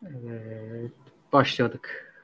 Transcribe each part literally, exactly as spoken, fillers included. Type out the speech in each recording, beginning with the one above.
Evet, başladık.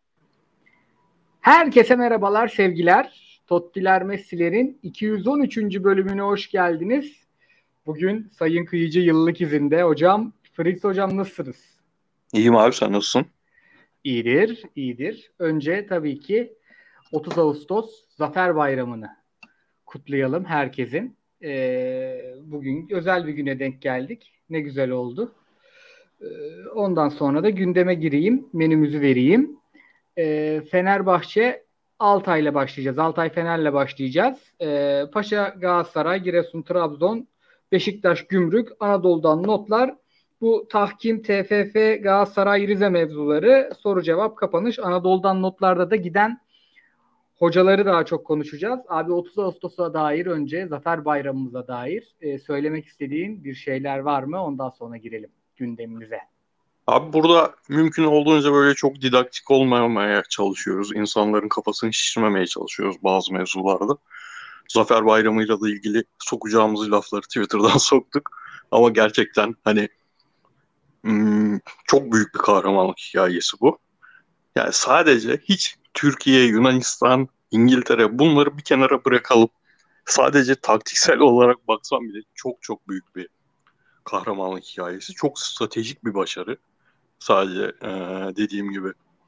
Herkese merhabalar, sevgiler. Tottiler Messi'lerin iki yüz on üçüncü bölümüne hoş geldiniz. Bugün Sayın Kıyıcı yıllık izinde. Hocam, Fritz hocam nasılsınız? İyiyim abi, sen nasılsın? İyidir, iyidir. Önce tabii ki otuz Ağustos Zafer Bayramı'nı kutlayalım herkesin. Ee, bugün özel bir güne denk geldik. Ne güzel oldu. Ee, ondan sonra da gündeme gireyim, menümüzü vereyim. E, Fenerbahçe Altay'la başlayacağız. Altay Fener'le başlayacağız. E, Paşa Galatasaray, Giresun, Trabzon, Beşiktaş, Gümrük, Anadolu'dan notlar. Bu tahkim, T F F, Galatasaray, Rize mevzuları, soru cevap, kapanış. Anadolu'dan notlarda da giden hocaları daha çok konuşacağız. Abi otuz Ağustos'a dair önce Zafer Bayramımıza dair e, söylemek istediğin bir şeyler var mı? Ondan sonra girelim gündemimize. Abi burada mümkün olduğunca böyle çok didaktik olmamaya çalışıyoruz. İnsanların kafasını şişirmemeye çalışıyoruz bazı mevzularda. Zafer Bayramı'yla da ilgili sokacağımız lafları Twitter'dan soktuk. Ama gerçekten hani hmm, çok büyük bir kahramanlık hikayesi bu. Yani sadece hiç Türkiye, Yunanistan, İngiltere bunları bir kenara bırakalım. Sadece taktiksel olarak baksam bile çok çok büyük bir kahramanlık hikayesi. Çok stratejik bir başarı. Sadece e, dediğim gibi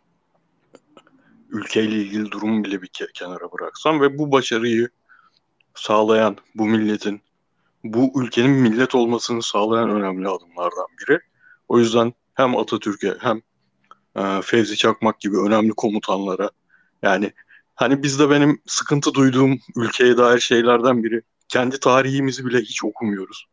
ülkeyle ilgili durumu bile bir ke- kenara bıraksam ve bu başarıyı sağlayan bu milletin, bu ülkenin millet olmasını sağlayan önemli adımlardan biri. O yüzden hem Atatürk'e hem e, Fevzi Çakmak gibi önemli komutanlara, yani hani bizde benim sıkıntı duyduğum ülkeye dair şeylerden biri, kendi tarihimizi bile hiç okumuyoruz.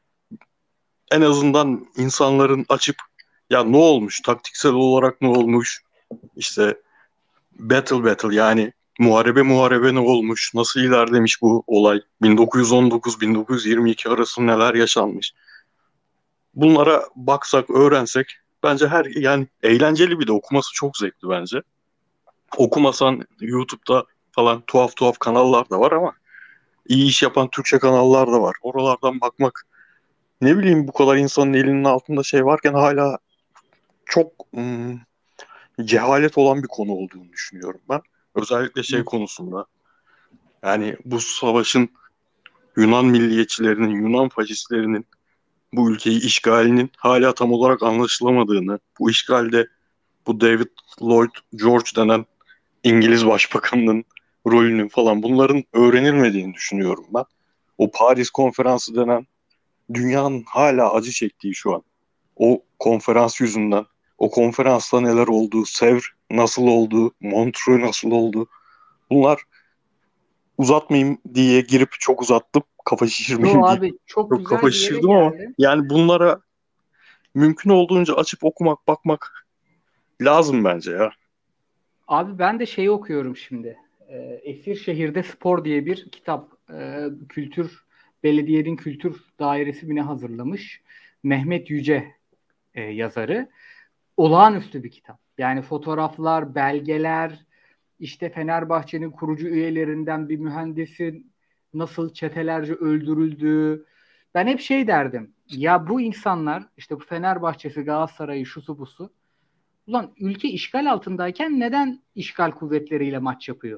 En azından insanların açıp ya ne olmuş, taktiksel olarak ne olmuş, işte Battle Battle, yani muharebe muharebe ne olmuş? Nasıl ilerlemiş bu olay? bin dokuz yüz on dokuz bin dokuz yüz yirmi iki arası neler yaşanmış? Bunlara baksak, öğrensek bence her yani eğlenceli, bir de okuması çok zevkli bence. Okumasan YouTube'da falan tuhaf tuhaf kanallar da var ama iyi iş yapan Türkçe kanallar da var. Oralardan bakmak, ne bileyim, bu kadar insanın elinin altında şey varken hala çok ım, cehalet olan bir konu olduğunu düşünüyorum ben. Özellikle şey konusunda. Yani bu savaşın Yunan milliyetçilerinin, Yunan faşistlerinin bu ülkeyi işgalinin hala tam olarak anlaşılamadığını, bu işgalde bu David Lloyd George denen İngiliz başbakanının rolünün falan, bunların öğrenilmediğini düşünüyorum ben. O Paris Konferansı denen, dünyanın hala acı çektiği şu an. O konferans yüzünden, o konferansta neler oldu, Sevr nasıl oldu, Montreux nasıl oldu, bunlar, uzatmayayım diye girip çok uzattım. Kafa Yo şişirmeyeyim diye abi çok çok kafa güzel bir yere şişirdim ama geldi. yani bunlara mümkün olduğunca açıp okumak, bakmak lazım bence ya. Abi ben de şeyi okuyorum şimdi. Ee, Esir Şehirde Spor diye bir kitap. Ee, kültür Belediyenin Kültür Dairesi mi ne hazırlamış. Mehmet Yüce e, yazarı. Olağanüstü bir kitap. Yani fotoğraflar, belgeler, işte Fenerbahçe'nin kurucu üyelerinden bir mühendisin nasıl çetelerce öldürüldüğü. Ben hep şey derdim. Ya bu insanlar işte bu Fenerbahçe'si, Galatasaray'ı, şusu busu. Ulan ülke işgal altındayken neden işgal kuvvetleriyle maç yapıyor?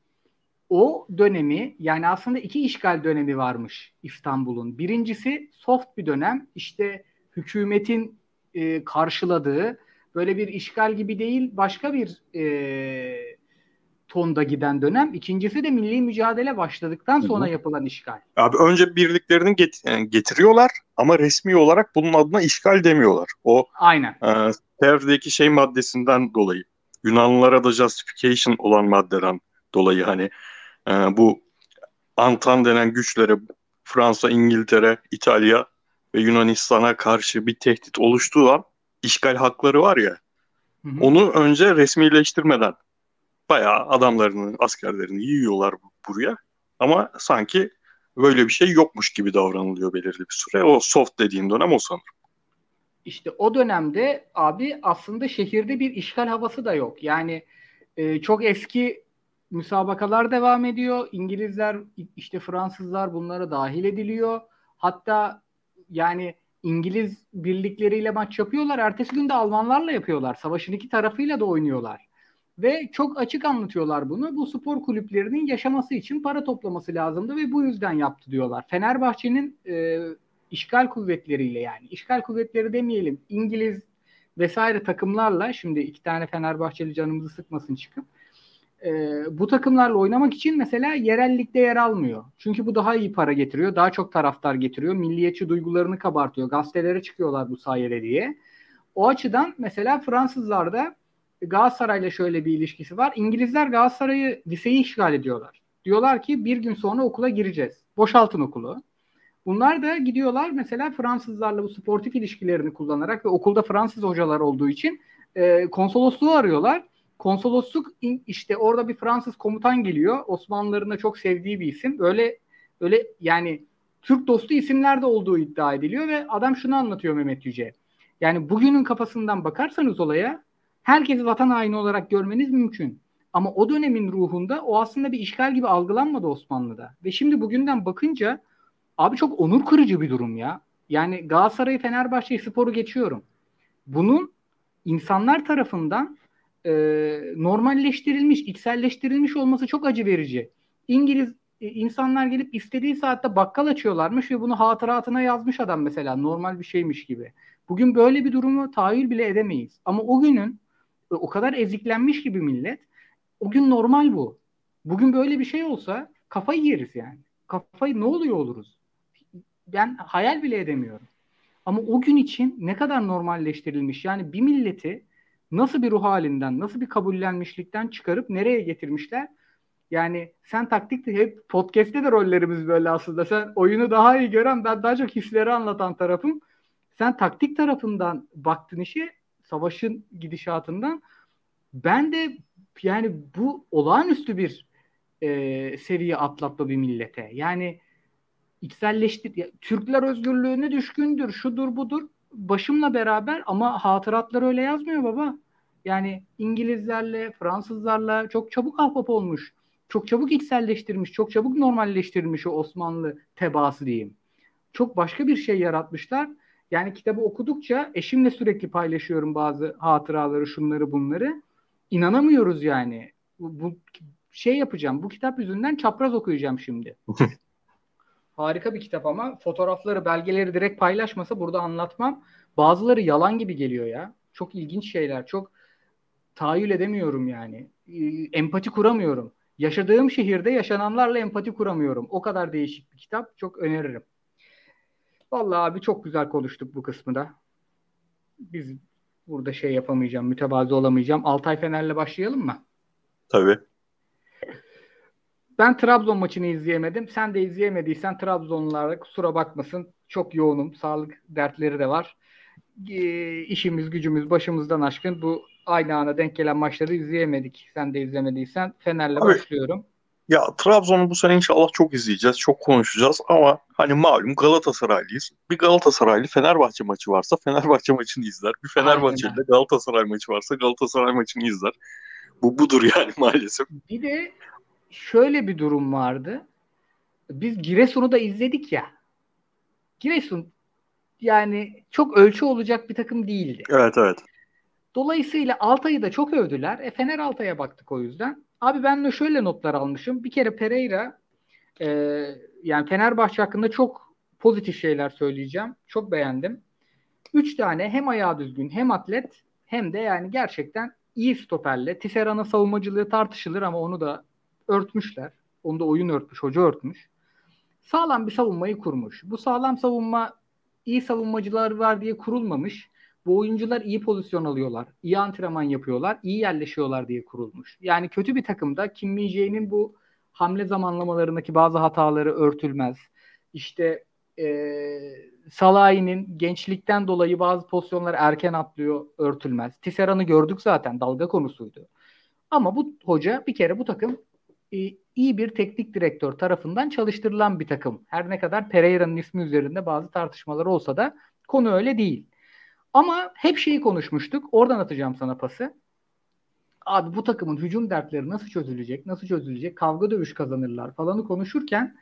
O dönemi yani aslında iki işgal dönemi varmış İstanbul'un. Birincisi soft bir dönem, işte hükümetin e, karşıladığı böyle bir işgal gibi değil başka bir e, tonda giden dönem. İkincisi de milli mücadele başladıktan Hı sonra hı. yapılan işgal. Abi önce birliklerini get- yani getiriyorlar ama resmi olarak bunun adına işgal demiyorlar. O Aynen. e, Sevr'deki şey maddesinden dolayı, Yunanlılara da justification olan maddeden dolayı, hani e, bu Antan denen güçlere, Fransa, İngiltere, İtalya ve Yunanistan'a karşı bir tehdit oluştuğu an işgal hakları var ya, Hı hı. onu önce resmileştirmeden bayağı adamlarını, askerlerini yiyorlar bu- buraya. Ama sanki böyle bir şey yokmuş gibi davranılıyor belirli bir süre. O soft dediğin dönem o sanırım. İşte o dönemde abi aslında şehirde bir işgal havası da yok. Yani e, çok eski müsabakalar devam ediyor. İngilizler, işte Fransızlar bunlara dahil ediliyor. Hatta yani İngiliz birlikleriyle maç yapıyorlar. Ertesi gün de Almanlarla yapıyorlar. Savaşın iki tarafıyla da oynuyorlar. Ve çok açık anlatıyorlar bunu. Bu spor kulüplerinin yaşaması için para toplaması lazımdı ve bu yüzden yaptı diyorlar. Fenerbahçe'nin e, işgal kuvvetleriyle, yani işgal kuvvetleri demeyelim, İngiliz vesaire takımlarla, şimdi iki tane Fenerbahçeli canımızı sıkmasın çıkıp, e, bu takımlarla oynamak için mesela yerel ligde yer almıyor. Çünkü bu daha iyi para getiriyor, daha çok taraftar getiriyor, milliyetçi duygularını kabartıyor, gazetelere çıkıyorlar bu sayede diye. O açıdan mesela Fransızlarda Galatasaray'la şöyle bir ilişkisi var. İngilizler Galatasaray'ı, liseyi işgal ediyorlar. Diyorlar ki bir gün sonra okula gireceğiz. Boşaltın okulu. Bunlar da gidiyorlar mesela Fransızlarla bu sportif ilişkilerini kullanarak ve okulda Fransız hocalar olduğu için e, konsolosluğu arıyorlar. Konsolosluk işte orada bir Fransız komutan geliyor. Osmanlıların da çok sevdiği bir isim. Öyle öyle yani Türk dostu isimler de olduğu iddia ediliyor ve adam şunu anlatıyor, Mehmet Yüce. Yani bugünün kafasından bakarsanız olaya, herkesi vatan haini olarak görmeniz mümkün. Ama o dönemin ruhunda o aslında bir işgal gibi algılanmadı Osmanlı'da. Ve şimdi bugünden bakınca abi çok onur kırıcı bir durum ya. Yani Galatasaray'ı, Fenerbahçe'yi, Spor'u geçiyorum. Bunun insanlar tarafından e, normalleştirilmiş, içselleştirilmiş olması çok acı verici. İngiliz e, insanlar gelip istediği saatte bakkal açıyorlarmış ve bunu hatıratına yazmış adam mesela, normal bir şeymiş gibi. Bugün böyle bir durumu tahayyül bile edemeyiz. Ama o günün e, o kadar eziklenmiş gibi millet, o gün normal bu. Bugün böyle bir şey olsa kafayı yeriz yani. Kafayı, ne oluyor oluruz? Ben hayal bile edemiyorum. Ama o gün için ne kadar normalleştirilmiş. Yani bir milleti nasıl bir ruh halinden, nasıl bir kabullenmişlikten çıkarıp nereye getirmişler? Yani sen taktik, hep podcast'te de rollerimiz böyle aslında. Sen oyunu daha iyi gören, ben daha çok hisleri anlatan tarafım. Sen taktik tarafından baktın işe, savaşın gidişatından. Ben de yani bu olağanüstü bir e, seviye atlatma bir millete. Yani içselleştir. Ya, Türkler özgürlüğüne düşkündür, şudur budur. Başımla beraber, ama hatıratlar öyle yazmıyor baba. Yani İngilizlerle, Fransızlarla çok çabuk ahbap olmuş. Çok çabuk içselleştirmiş, çok çabuk normalleştirmiş o Osmanlı tebaası diyeyim. Çok başka bir şey yaratmışlar. Yani kitabı okudukça eşimle sürekli paylaşıyorum bazı hatıraları, şunları bunları. İnanamıyoruz yani. Bu, bu şey yapacağım. Bu kitap yüzünden çapraz okuyacağım şimdi. Harika bir kitap ama fotoğrafları, belgeleri direkt paylaşmasa burada anlatmam. Bazıları yalan gibi geliyor ya. Çok ilginç şeyler. Çok tahayyül edemiyorum yani. Ee, empati kuramıyorum. Yaşadığım şehirde yaşananlarla empati kuramıyorum. O kadar değişik bir kitap. Çok öneririm. Vallahi abi çok güzel konuştuk bu kısmı da. Biz burada şey yapamayacağım, mütevazı olamayacağım. Altay Fener'le başlayalım mı? Tabii. Ben Trabzon maçını izleyemedim. Sen de izleyemediysen Trabzonlulara kusura bakmasın. Çok yoğunum. Sağlık dertleri de var. E, işimiz gücümüz başımızdan aşkın. Bu aynı ana denk gelen maçları izleyemedik. Sen de izlemediysen Fener'le Abi başlıyorum. ya Trabzon'u bu sene inşallah çok izleyeceğiz, çok konuşacağız ama hani malum Galatasaraylıyız. Bir Galatasaraylı Fenerbahçe maçı varsa Fenerbahçe maçını izler. Bir Aynen Fenerbahçeli de öyle. Galatasaray maçı varsa Galatasaray maçını izler. Bu budur yani maalesef. Bir de şöyle bir durum vardı. Biz Giresun'u da izledik ya. Giresun yani çok ölçü olacak bir takım değildi. Evet, evet. Dolayısıyla Altay'ı da çok övdüler. E Fener Altay'a baktık o yüzden. Abi ben de şöyle notlar almışım. Bir kere Pereira, e, yani Fenerbahçe hakkında çok pozitif şeyler söyleyeceğim. Çok beğendim. Üç tane hem ayağı düzgün hem atlet hem de yani gerçekten iyi stoperle. Tisserand'ın savunmacılığı tartışılır ama onu da örtmüşler. Onu da oyun örtmüş, hoca örtmüş. Sağlam bir savunmayı kurmuş. Bu sağlam savunma iyi savunmacılar var diye kurulmamış. Bu oyuncular iyi pozisyon alıyorlar, iyi antrenman yapıyorlar, iyi yerleşiyorlar diye kurulmuş. Yani kötü bir takımda Kim Min-jae'nin bu hamle zamanlamalarındaki bazı hataları örtülmez. İşte ee, Salahi'nin gençlikten dolayı bazı pozisyonlar erken atlıyor, örtülmez. Tisserand'ı gördük zaten, dalga konusuydu. Ama bu hoca bir kere, bu takım e, iyi bir teknik direktör tarafından çalıştırılan bir takım. Her ne kadar Pereira'nın ismi üzerinde bazı tartışmalar olsa da konu öyle değil. Ama hep şeyi konuşmuştuk. Oradan atacağım sana pası. Abi bu takımın hücum dertleri nasıl çözülecek? Nasıl çözülecek? Kavga dövüş kazanırlar falanı konuşurken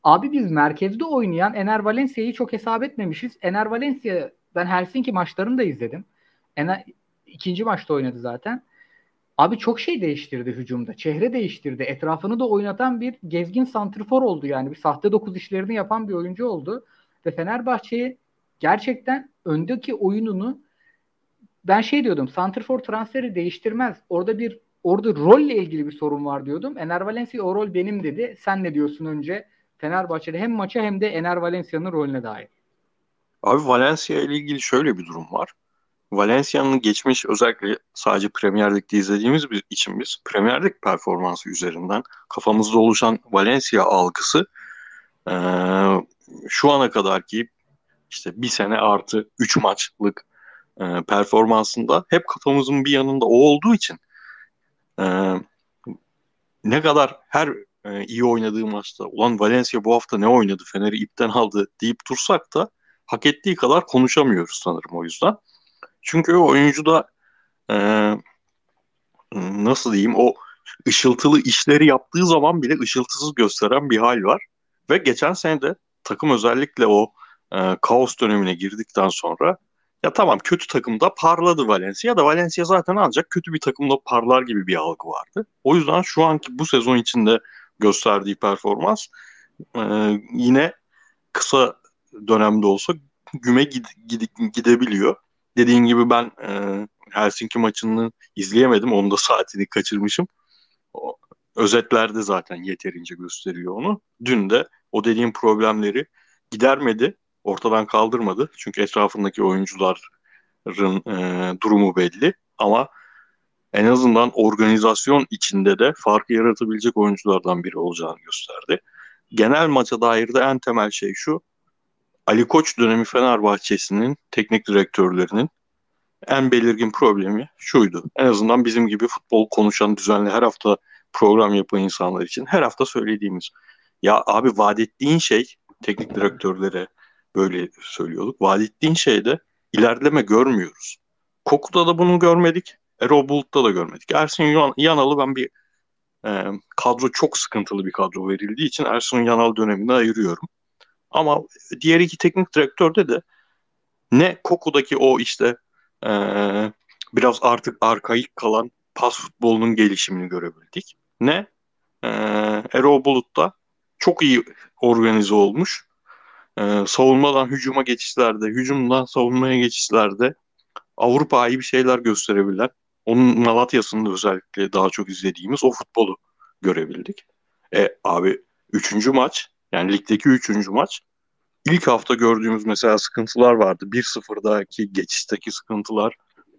Abi biz merkezde oynayan Ener Valencia'yı çok hesap etmemişiz. Ener Valencia, ben Helsinki maçlarını da izledim. Ener, ikinci maçta oynadı zaten. Abi çok şey değiştirdi hücumda. Çehre değiştirdi. Etrafını da oynatan bir gezgin santrfor oldu yani. Bir sahte dokuz işlerini yapan bir oyuncu oldu. Ve Fenerbahçe'ye gerçekten öndeki oyununu, ben şey diyordum, santrfor transferi değiştirmez. Orada bir orada rolle ilgili bir sorun var diyordum. Ener Valencia o rol benim dedi. Sen ne diyorsun önce? Fenerbahçe'de hem maça hem de Ener Valencia'nın rolüne dair. Abi Valencia ile ilgili şöyle bir durum var. Valencia'nın geçmiş, özellikle sadece Premier Lig'de izlediğimiz bir için biz Premier Lig performansı üzerinden kafamızda oluşan Valencia algısı eee, şu ana kadar ki işte bir sene artı üç maçlık eee, performansında hep kafamızın bir yanında o olduğu için eee, ne kadar her eee, iyi oynadığı maçta ulan Valencia bu hafta ne oynadı, Fener'i ipten aldı deyip dursak da hak ettiği kadar konuşamıyoruz sanırım o yüzden. Çünkü o oyuncuda eee nasıl diyeyim, o ışıltılı işleri yaptığı zaman bile ışıltısız gösteren bir hal var. Ve geçen sene de takım özellikle o e, kaos dönemine girdikten sonra ya tamam kötü takımda parladı Valencia da Valencia zaten ancak kötü bir takımda parlar gibi bir algı vardı. O yüzden şu anki bu sezon içinde gösterdiği performans e, yine kısa dönemde olsa güme gid- gid- gidebiliyor. Dediğin gibi ben e, Helsinki maçını izleyemedim. Onun da saatini kaçırmışım. O, özetlerde zaten yeterince gösteriyor onu. Dün de o dediğim problemleri gidermedi, ortadan kaldırmadı. Çünkü etrafındaki oyuncuların e, durumu belli. Ama en azından organizasyon içinde de farkı yaratabilecek oyunculardan biri olacağını gösterdi. Genel maça dair de en temel şey şu: Ali Koç dönemi Fenerbahçe'sinin teknik direktörlerinin en belirgin problemi şuydu. En azından bizim gibi futbol konuşan, düzenli her hafta program yapan insanlar için her hafta söylediğimiz. Ya abi, vaat ettiğin şey, teknik direktörlere böyle söylüyorduk. Vaat ettiğin şeyde ilerleme görmüyoruz. Koku'da da bunu görmedik. Erol Bulut'ta da görmedik. Ersun Yan- Yanal'ı ben bir e, kadro çok sıkıntılı bir kadro verildiği için Ersun Yanal dönemini ayırıyorum. Ama diğer iki teknik direktörde de ne Koku'daki o işte eee, biraz artık arkaik kalan pas futbolunun gelişimini görebildik. Ne eee Erol Bulut'ta çok iyi organize olmuş. Eee, savunmadan hücuma geçişlerde, hücumdan savunmaya geçişlerde Avrupa'yı bir şeyler gösterebilen, onun Malatya'sında özellikle daha çok izlediğimiz o futbolu görebildik. E abi, üçüncü maç, yani ligdeki üçüncü maç, İlk hafta gördüğümüz mesela sıkıntılar vardı. bir sıfırdaki geçişteki sıkıntılar.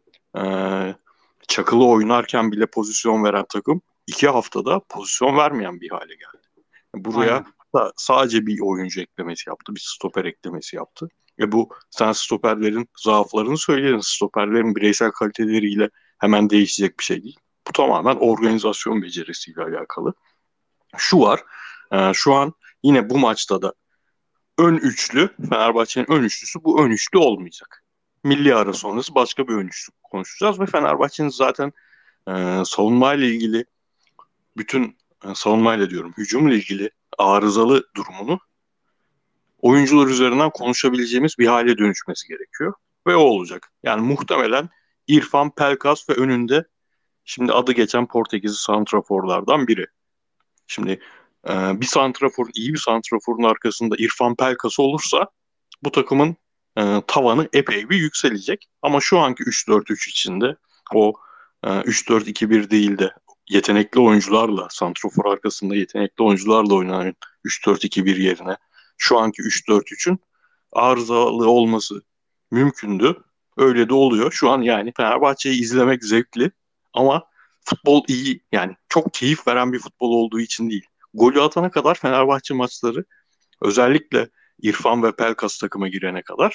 Ee, Çakılı oynarken bile pozisyon veren takım iki haftada pozisyon vermeyen bir hale geldi. Buraya Aynen. da sadece bir oyuncu eklemesi yaptı. Bir stoper eklemesi yaptı. Ve bu, sen stoperlerin zaaflarını söyledin. Stoperlerin bireysel kaliteleriyle hemen değişecek bir şey değil. Bu tamamen organizasyon becerisiyle alakalı. Şu var. E, şu an yine bu maçta da ön üçlü, Fenerbahçe'nin ön üçlüsü bu ön üçlü olmayacak. Milli ara sonrası başka bir ön üçlü konuşacağız ve Fenerbahçe'nin zaten e, savunmayla ilgili bütün e, savunmayla diyorum hücumla ilgili arızalı durumunu oyuncular üzerinden konuşabileceğimiz bir hale dönüşmesi gerekiyor. Ve o olacak. Yani muhtemelen İrfan, Pelkas ve önünde şimdi adı geçen Portekizli santraforlardan biri. Şimdi e, bir santrafor, iyi bir santraforun arkasında İrfan Pelkas olursa bu takımın e, tavanı epey bir yükselecek. Ama şu anki üç dört üç içinde o e, üç dört iki bir değil de yetenekli oyuncularla, santrofor arkasında yetenekli oyuncularla oynanan üç dört iki bir yerine şu anki üç dört üçün arızalı olması mümkündü. Öyle de oluyor. Şu an yani Fenerbahçe'yi izlemek zevkli ama futbol iyi, yani çok keyif veren bir futbol olduğu için değil. Golü atana kadar Fenerbahçe maçları, özellikle İrfan ve Pelkas takıma girene kadar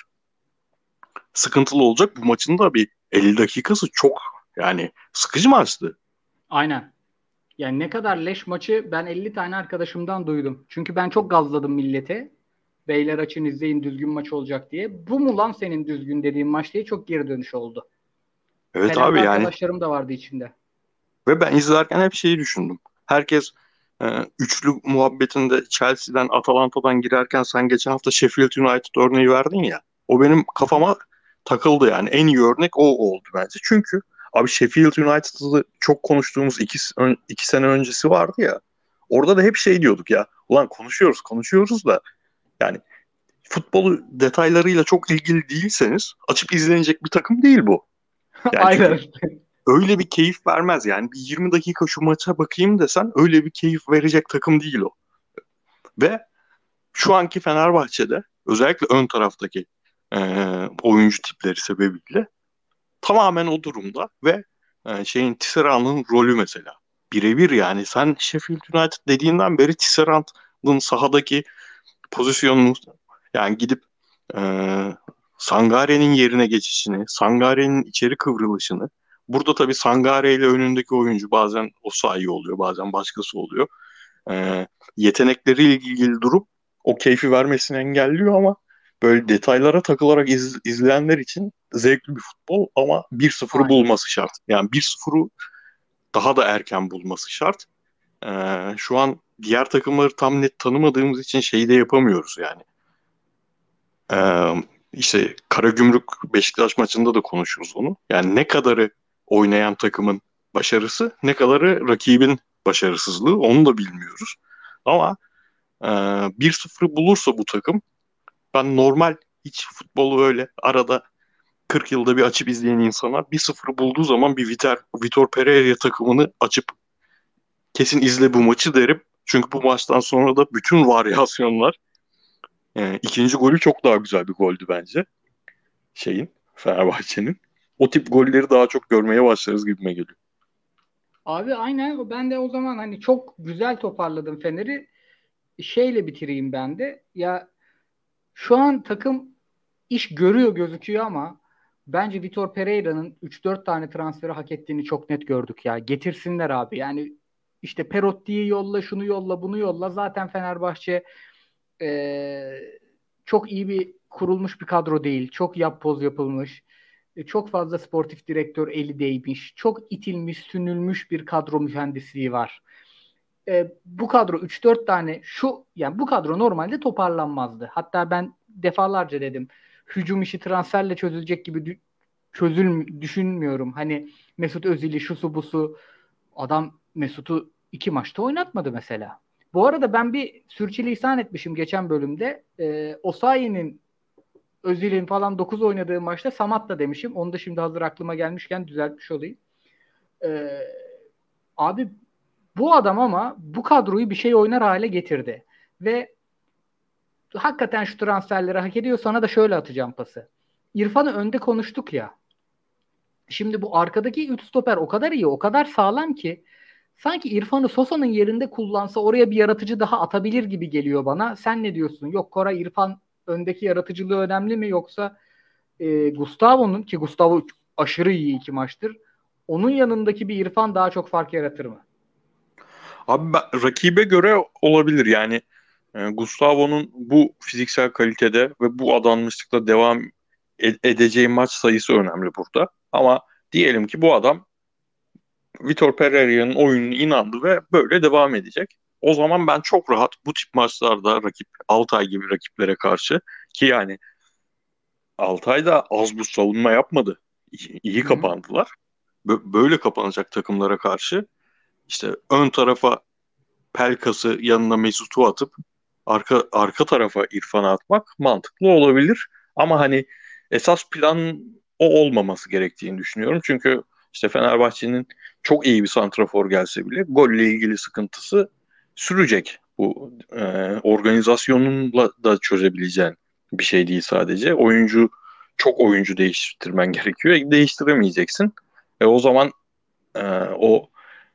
sıkıntılı olacak. Bu maçın da bir elli dakikası çok, yani sıkıcı maçtı. Aynen. Yani ne kadar leş maçı ben elli tane arkadaşımdan duydum. Çünkü ben çok gazladım millete. Beyler açın izleyin düzgün maç olacak diye. Bu mu lan senin düzgün dediğin maç diye çok geri dönüş oldu. Evet Fenerli abi, yani arkadaşlarım da vardı içinde. ve ben izlerken hep şeyi düşündüm. Herkes Ee, üçlü muhabbetinde Chelsea'den, Atalanta'dan girerken sen geçen hafta Sheffield United örneği verdin ya. O benim kafama takıldı yani. En iyi örnek o oldu bence. Çünkü abi Sheffield United'ı çok konuştuğumuz iki, ön- iki sene öncesi vardı ya. Orada da hep şey diyorduk ya. Ulan konuşuyoruz konuşuyoruz da yani futbolu detaylarıyla çok ilgili değilseniz açıp izlenecek bir takım değil bu. Yani çünkü Aynen. öyle bir keyif vermez yani. Bir yirmi dakika şu maça bakayım desen öyle bir keyif verecek takım değil o. Ve şu anki Fenerbahçe'de özellikle ön taraftaki e, oyuncu tipleri sebebiyle tamamen o durumda ve e, şeyin Tisserand'ın rolü mesela birebir yani sen Sheffield United dediğinden beri Tisserand'ın sahadaki pozisyonunu yani gidip e, Sangare'nin yerine geçişini, Sangare'nin içeri kıvrılışını burada tabii Sangare ile önündeki oyuncu bazen o sahi oluyor, bazen başkası oluyor. E, Yetenekleriyle ilgili durup o keyfi vermesini engelliyor ama böyle detaylara takılarak iz- izleyenler için zevkli bir futbol ama bir sıfırı Aynen. bulması şart. Yani bir sıfırı daha da erken bulması şart. E, şu an diğer takımları tam net tanımadığımız için şeyi de yapamıyoruz yani. Ee, işte Karagümrük Beşiktaş maçında da konuşuruz onu. Yani ne kadarı oynayan takımın başarısı, ne kadarı rakibin başarısızlığı onu da bilmiyoruz. Ama e, bir sıfır bulursa bu takım ben normal hiç futbolu öyle arada kırk yılda bir açıp izleyen insanlar bir sıfır bulduğu zaman bir Vitor, Vitor Pereira takımını açıp kesin izle bu maçı derim. Çünkü bu maçtan sonra da bütün varyasyonlar e, ikinci golü çok daha güzel bir goldü bence. Şeyin Fenerbahçe'nin. O tip golleri daha çok görmeye başlarız gibime geliyor. Abi aynen, ben de o zaman hani çok güzel toparladım Fener'i. Şeyle bitireyim ben de. Ya şu an takım iş görüyor gözüküyor ama bence Vitor Pereira'nın üç dört tane transferi hak ettiğini çok net gördük ya. Getirsinler abi. Yani işte Perotti'yi yolla, şunu yolla, bunu yolla. Zaten Fenerbahçe e, çok iyi bir kurulmuş bir kadro değil. Çok yapboz yapılmış. E, çok fazla sportif direktör eli değmiş. Çok itilmiş, sünülmüş bir kadro mühendisliği var. E, bu kadro üç dört tane şu yani bu kadro normalde toparlanmazdı. Hatta ben defalarca dedim. Hücum işi transferle çözülecek gibi dü- çözül düşünmüyorum. Hani Mesut Özil'i şusu busu adam Mesut'u iki maçta oynatmadı mesela. Bu arada ben bir sürçülisan etmişim geçen bölümde. E, Osayi'nin Özil'in falan dokuz oynadığı maçta Samat da demişim. Onu da şimdi hazır aklıma gelmişken düzeltmiş olayım. E, Abi bu adam ama bu kadroyu bir şey oynar hale getirdi. Ve hakikaten şu transferleri hak ediyor. Sana da şöyle atacağım pası. İrfan'ı önde konuştuk ya. Şimdi bu arkadaki üç stoper o kadar iyi, o kadar sağlam ki sanki İrfan'ı Sosa'nın yerinde kullansa oraya bir yaratıcı daha atabilir gibi geliyor bana. Sen ne diyorsun? Yok Koray, İrfan öndeki yaratıcılığı önemli mi, yoksa e, Gustavo'nun, ki Gustavo aşırı iyi iki maçtır, onun yanındaki bir İrfan daha çok fark yaratır mı? Abi ben, rakibe göre olabilir yani e, Gustavo'nun bu fiziksel kalitede ve bu adanmışlıkla devam e- edeceği maç sayısı önemli burada. Ama diyelim ki bu adam Vitor Pereira'nın oyununa inandı ve böyle devam edecek. O zaman ben çok rahat bu tip maçlarda rakip Altay gibi rakiplere karşı ki yani Altay da az buz savunma yapmadı. İyi, iyi Hı hı. kapandılar. Bö- Böyle kapanacak takımlara karşı işte ön tarafa Pelkas'ı yanına Mesut'u atıp arka arka tarafa İrfan'ı atmak mantıklı olabilir. Ama hani esas plan o olmaması gerektiğini düşünüyorum. Çünkü işte Fenerbahçe'nin çok iyi bir santrafor gelse bile golle ilgili sıkıntısı sürecek. Bu e, organizasyonunla da çözebileceğin bir şey değil sadece. Oyuncu çok oyuncu değiştirmen gerekiyor. Değiştiremeyeceksin. E o zaman e, o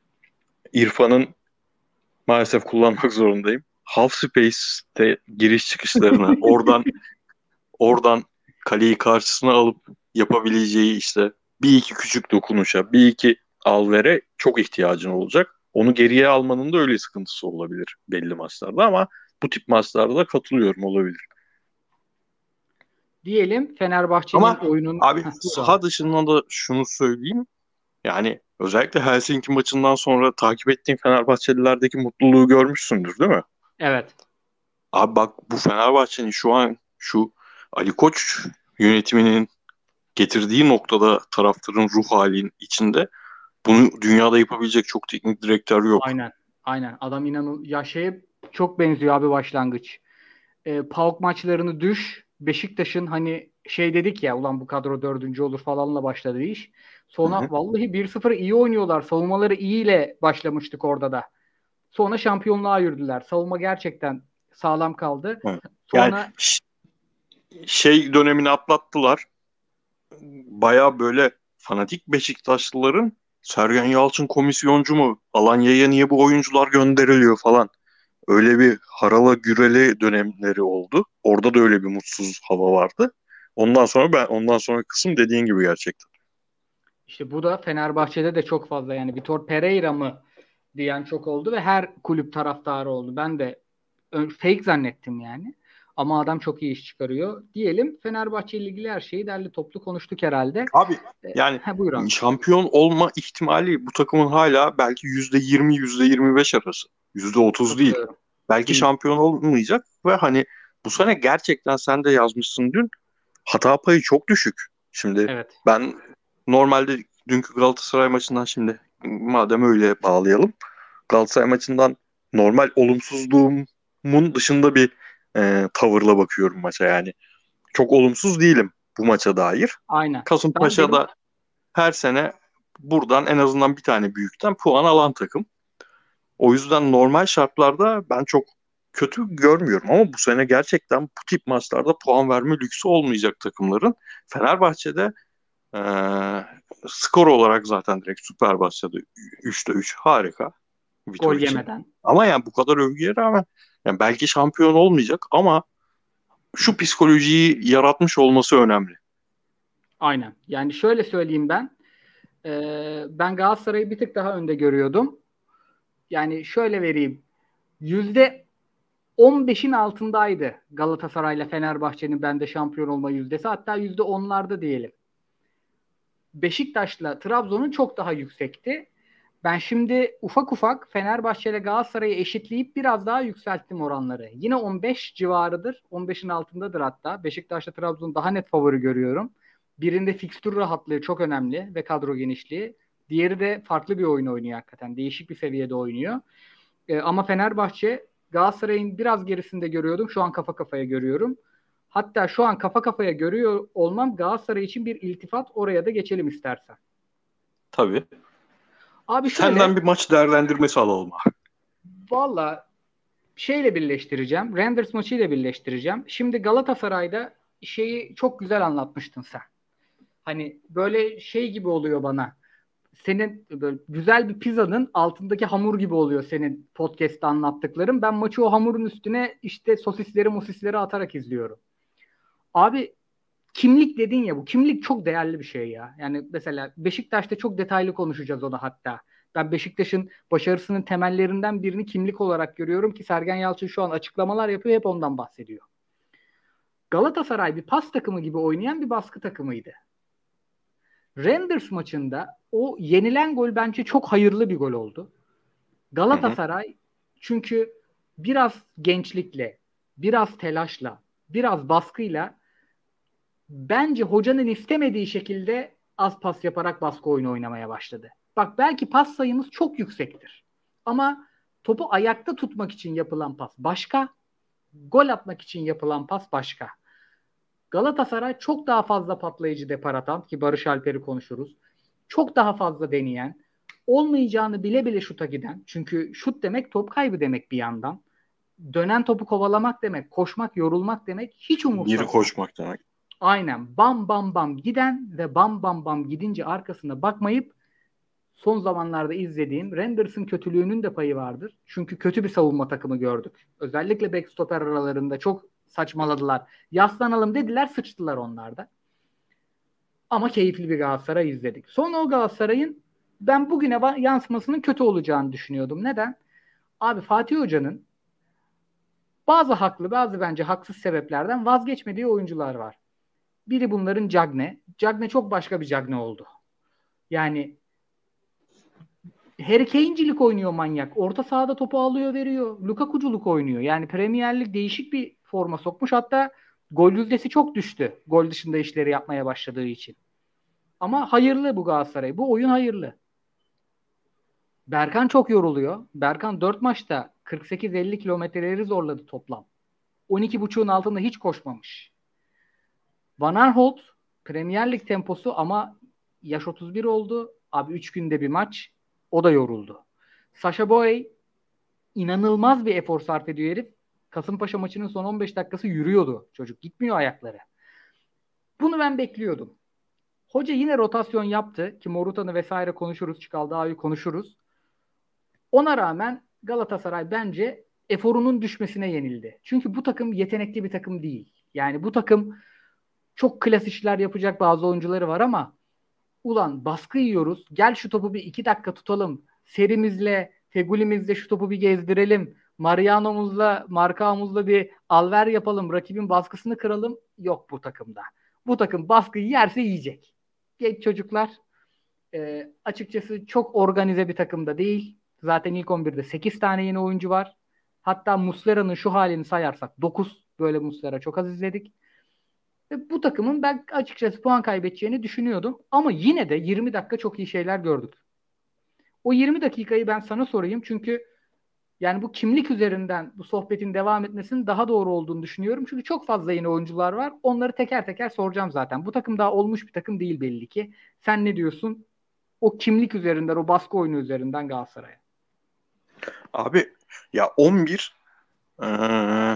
İrfan'ın maalesef kullanmak zorundayım. Half Space'te giriş çıkışlarını oradan oradan kaleyi karşısına alıp yapabileceği işte bir iki küçük dokunuşa, bir iki alvere çok ihtiyacın olacak. Onu geriye almanın da öyle sıkıntısı olabilir belli maçlarda ama bu tip maçlarda da katılıyorum olabilir. Diyelim Fenerbahçe'nin Ama oyunun. abi Heh, buyur abi. saha dışından da şunu söyleyeyim. Yani Özellikle Helsinki maçından sonra takip ettiğin Fenerbahçelilerdeki mutluluğu görmüşsündür, değil mi? Evet. Abi bak, bu Fenerbahçe'nin şu an şu Ali Koç yönetiminin getirdiği noktada taraftarın ruh halinin içinde bunu dünyada yapabilecek çok teknik direktör yok. Aynen. Aynen. Adam inanın ya şeye çok benziyor abi başlangıç. E, PAOK maçlarını düş. Beşiktaş'ın hani şey dedik ya ulan bu kadro dördüncü olur falanla başladı iş. Hı Sonra hı. vallahi bir sıfır iyi oynuyorlar. Savunmaları iyiyle başlamıştık orada da. Sonra şampiyonluğa yürüdüler. Savunma gerçekten sağlam kaldı. Hı. Yani Sonra ş- şey dönemini atlattılar. Baya böyle fanatik Beşiktaşlıların Sergen Yalçın komisyoncu mu? Alanya'ya niye bu oyuncular gönderiliyor falan. Öyle bir harala gürele dönemleri oldu. Orada da öyle bir mutsuz hava vardı. Ondan sonra ben ondan sonra kısım dediğin gibi gerçekten. işte bu da Fenerbahçe'de de çok fazla yani Vitor Pereira mı diyen çok oldu ve her kulüp taraftarı oldu. Ben de ö- fake zannettim yani. Ama adam çok iyi iş çıkarıyor. Diyelim Fenerbahçe ile ilgili her şeyi derli toplu konuştuk herhalde. Abi E, yani he, buyur abi. şampiyon olma ihtimali bu takımın hala belki yüzde yirmi yüzde yirmi beş arası. Yüzde otuz değil. Katılıyorum. Belki Değil. şampiyon olmayacak ve hani bu sene gerçekten sen de yazmışsın dün, hata payı çok düşük. Şimdi Evet. ben normalde dünkü Galatasaray maçından, şimdi madem öyle bağlayalım. Galatasaray maçından normal olumsuzluğumun dışında bir e, tavırla bakıyorum maça yani. Çok olumsuz değilim bu maça dair. Aynen. Ben benim Kasımpaşa'da her sene buradan en azından bir tane büyükten puan alan takım. O yüzden normal şartlarda ben çok kötü görmüyorum ama bu sene gerçekten bu tip maçlarda puan verme lüksü olmayacak takımların. Fenerbahçe'de eee, skor olarak zaten direkt süper başladı. üçte üç harika gol Vitor için. yemeden. Ama yani bu kadar övgüye rağmen yani belki şampiyon olmayacak ama şu psikolojiyi yaratmış olması önemli. Aynen. Yani şöyle söyleyeyim ben. Ee, ben Galatasaray'ı bir tık daha önde görüyordum. Yani şöyle vereyim. Yüzde on beşin altındaydı Galatasaray'la Fenerbahçe'nin bende şampiyon olma yüzdesi. Hatta yüzde onlarda diyelim. Beşiktaş'la Trabzon'un çok daha yüksekti. Ben şimdi ufak ufak Fenerbahçe ile Galatasaray'ı eşitleyip biraz daha yükselttim oranları. Yine on beş civarıdır. on beşin altındadır hatta. Beşiktaş'la Trabzon daha net favori görüyorum. Birinde fikstür rahatlığı çok önemli ve kadro genişliği. Diğeri de farklı bir oyun oynuyor hakikaten. Değişik bir seviyede oynuyor. E, ama Fenerbahçe Galatasaray'ın biraz gerisinde görüyordum. Şu an kafa kafaya görüyorum. Hatta şu an kafa kafaya görüyor olmam Galatasaray için bir iltifat. Oraya da geçelim istersen. Tabii. Abi Senden şöyle bir maç değerlendirmesi alalım. valla şeyle birleştireceğim. Renders maçıyla birleştireceğim. Şimdi Galatasaray'da şeyi çok güzel anlatmıştın sen. Hani böyle şey gibi oluyor bana. Senin böyle güzel bir pizzanın altındaki hamur gibi oluyor senin podcast'ta anlattıkların. Ben maçı o hamurun üstüne işte sosisleri mosisleri atarak izliyorum. Abi kimlik dedin ya bu. Kimlik çok değerli bir şey ya. Yani mesela Beşiktaş'ta çok detaylı konuşacağız onu hatta. Ben Beşiktaş'ın başarısının temellerinden birini kimlik olarak görüyorum ki Sergen Yalçın şu an açıklamalar yapıyor hep ondan bahsediyor. Galatasaray bir pas takımı gibi oynayan bir baskı takımıydı. Renders maçında o yenilen gol bence çok hayırlı bir gol oldu. Hı hı. Galatasaray çünkü biraz gençlikle, biraz telaşla, biraz baskıyla bence hocanın istemediği şekilde az pas yaparak baskı oyunu oynamaya başladı. Bak belki pas sayımız çok yüksektir. Ama topu ayakta tutmak için yapılan pas başka, gol atmak için yapılan pas başka. Galatasaray çok daha fazla patlayıcı depar atan ki Barış Alper'i konuşuruz. Çok daha fazla deneyen, olmayacağını bile bile şuta giden. Çünkü şut demek top kaybı demek bir yandan. Dönen topu kovalamak demek, koşmak, yorulmak demek hiç Geri umursamayan. koşmak demek. Aynen bam bam bam giden ve bam bam bam gidince arkasına bakmayıp son zamanlarda izlediğim Renders'ın kötülüğünün de payı vardır. Çünkü kötü bir savunma takımı gördük. Özellikle back stoper aralarında çok saçmaladılar. Yaslanalım dediler sıçtılar onlar da. Ama keyifli bir Galatasaray izledik. Sonra o Galatasaray'ın ben bugüne yansımasının kötü olacağını düşünüyordum. Neden? Abi Fatih Hoca'nın bazı haklı bazı bence haksız sebeplerden vazgeçmediği oyuncular var. Biri bunların Cagne. Cagne çok başka bir Cagne oldu. Yani Harry Kane'cilik oynuyor manyak. Orta sahada topu alıyor veriyor. Lukaku'culuk oynuyor. Yani Premier Lig değişik bir forma sokmuş. Hatta gol yüzdesi çok düştü. Gol dışında işleri yapmaya başladığı için. Ama hayırlı bu Galatasaray. Bu oyun hayırlı. Berkan çok yoruluyor. Berkan dört maçta kırk sekiz elli kilometreleri zorladı toplam. on iki buçuğun altında hiç koşmamış. Van Aanholt Premier Lig temposu ama yaş otuz bir oldu. Abi üç günde bir maç. O da yoruldu. Sacha Boey inanılmaz bir efor sarf ediyor herif. Kasımpaşa maçının son on beş dakikası yürüyordu. Çocuk gitmiyor ayakları. Bunu ben bekliyordum. Hoca yine rotasyon yaptı ki Morutan'ı vesaire konuşuruz. Çikaldağ'ı konuşuruz. Ona rağmen Galatasaray bence eforunun düşmesine yenildi. Çünkü bu takım yetenekli bir takım değil. Yani bu takım çok klas işler yapacak bazı oyuncuları var ama ulan baskı yiyoruz. Gel şu topu bir iki dakika tutalım. Serimizle, Feguli'mizle şu topu bir gezdirelim. Mariano'muzla, Markao'muzla bir alver yapalım. Rakibin baskısını kıralım. Yok bu takımda. Bu takım baskıyı yerse yiyecek. Genç çocuklar e, açıkçası çok organize bir takımda değil. Zaten ilk on birde sekiz tane yeni oyuncu var. Hatta Muslera'nın şu halini sayarsak dokuz. Böyle Muslera çok az izledik. Ve bu takımın ben açıkçası puan kaybedeceğini düşünüyordum. Ama yine de yirmi dakika çok iyi şeyler gördük. O yirmi dakikayı ben sana sorayım. Çünkü yani bu kimlik üzerinden bu sohbetin devam etmesinin daha doğru olduğunu düşünüyorum. Çünkü çok fazla yeni oyuncular var. Onları teker teker soracağım zaten. Bu takım daha olmuş bir takım değil belli ki. Sen ne diyorsun? O kimlik üzerinden, o baskı oyunu üzerinden Galatasaray'a. Abi ya on bir ee,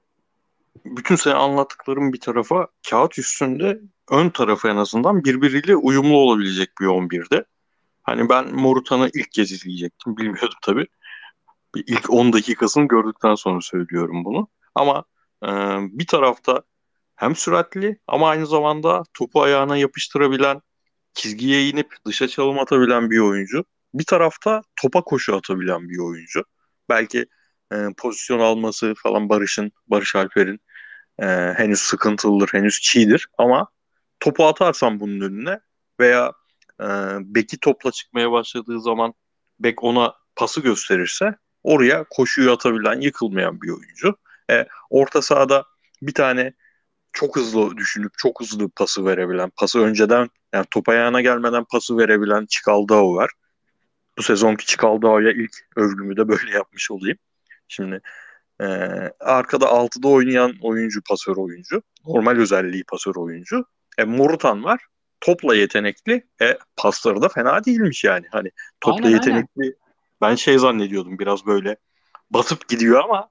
bütün sene anlattıklarım bir tarafa, kağıt üstünde ön tarafı en azından birbiriyle uyumlu olabilecek bir on birde. Hani ben Morutan'ı ilk kez izleyecektim. Bilmiyordum tabii. Bir ilk on dakikasını gördükten sonra söylüyorum bunu. Ama e, bir tarafta hem süratli ama aynı zamanda topu ayağına yapıştırabilen, çizgiye inip dışa çalım atabilen bir oyuncu. Bir tarafta topa koşu atabilen bir oyuncu. Belki e, pozisyon alması falan Barış'ın, Barış Alper'in e, henüz sıkıntılıdır, henüz çiğdir ama topu atarsan bunun önüne veya e, beki topla çıkmaya başladığı zaman bek ona pası gösterirse oraya koşuyu atabilen, yıkılmayan bir oyuncu. E, orta sahada bir tane çok hızlı düşünüp çok hızlı pası verebilen, pası önceden yani top ayağına gelmeden pası verebilen Çikaldao var. Bu sezonki Çikaldao'ya ilk övgümü de böyle yapmış olayım. Şimdi ee, arkada altıda oynayan oyuncu pasör oyuncu. Normal özelliği pasör oyuncu. E, Morutan var. Topla yetenekli. E, pasları da fena değilmiş yani. Hani topla Aynen aynen. yetenekli. Ben şey zannediyordum biraz böyle batıp gidiyor ama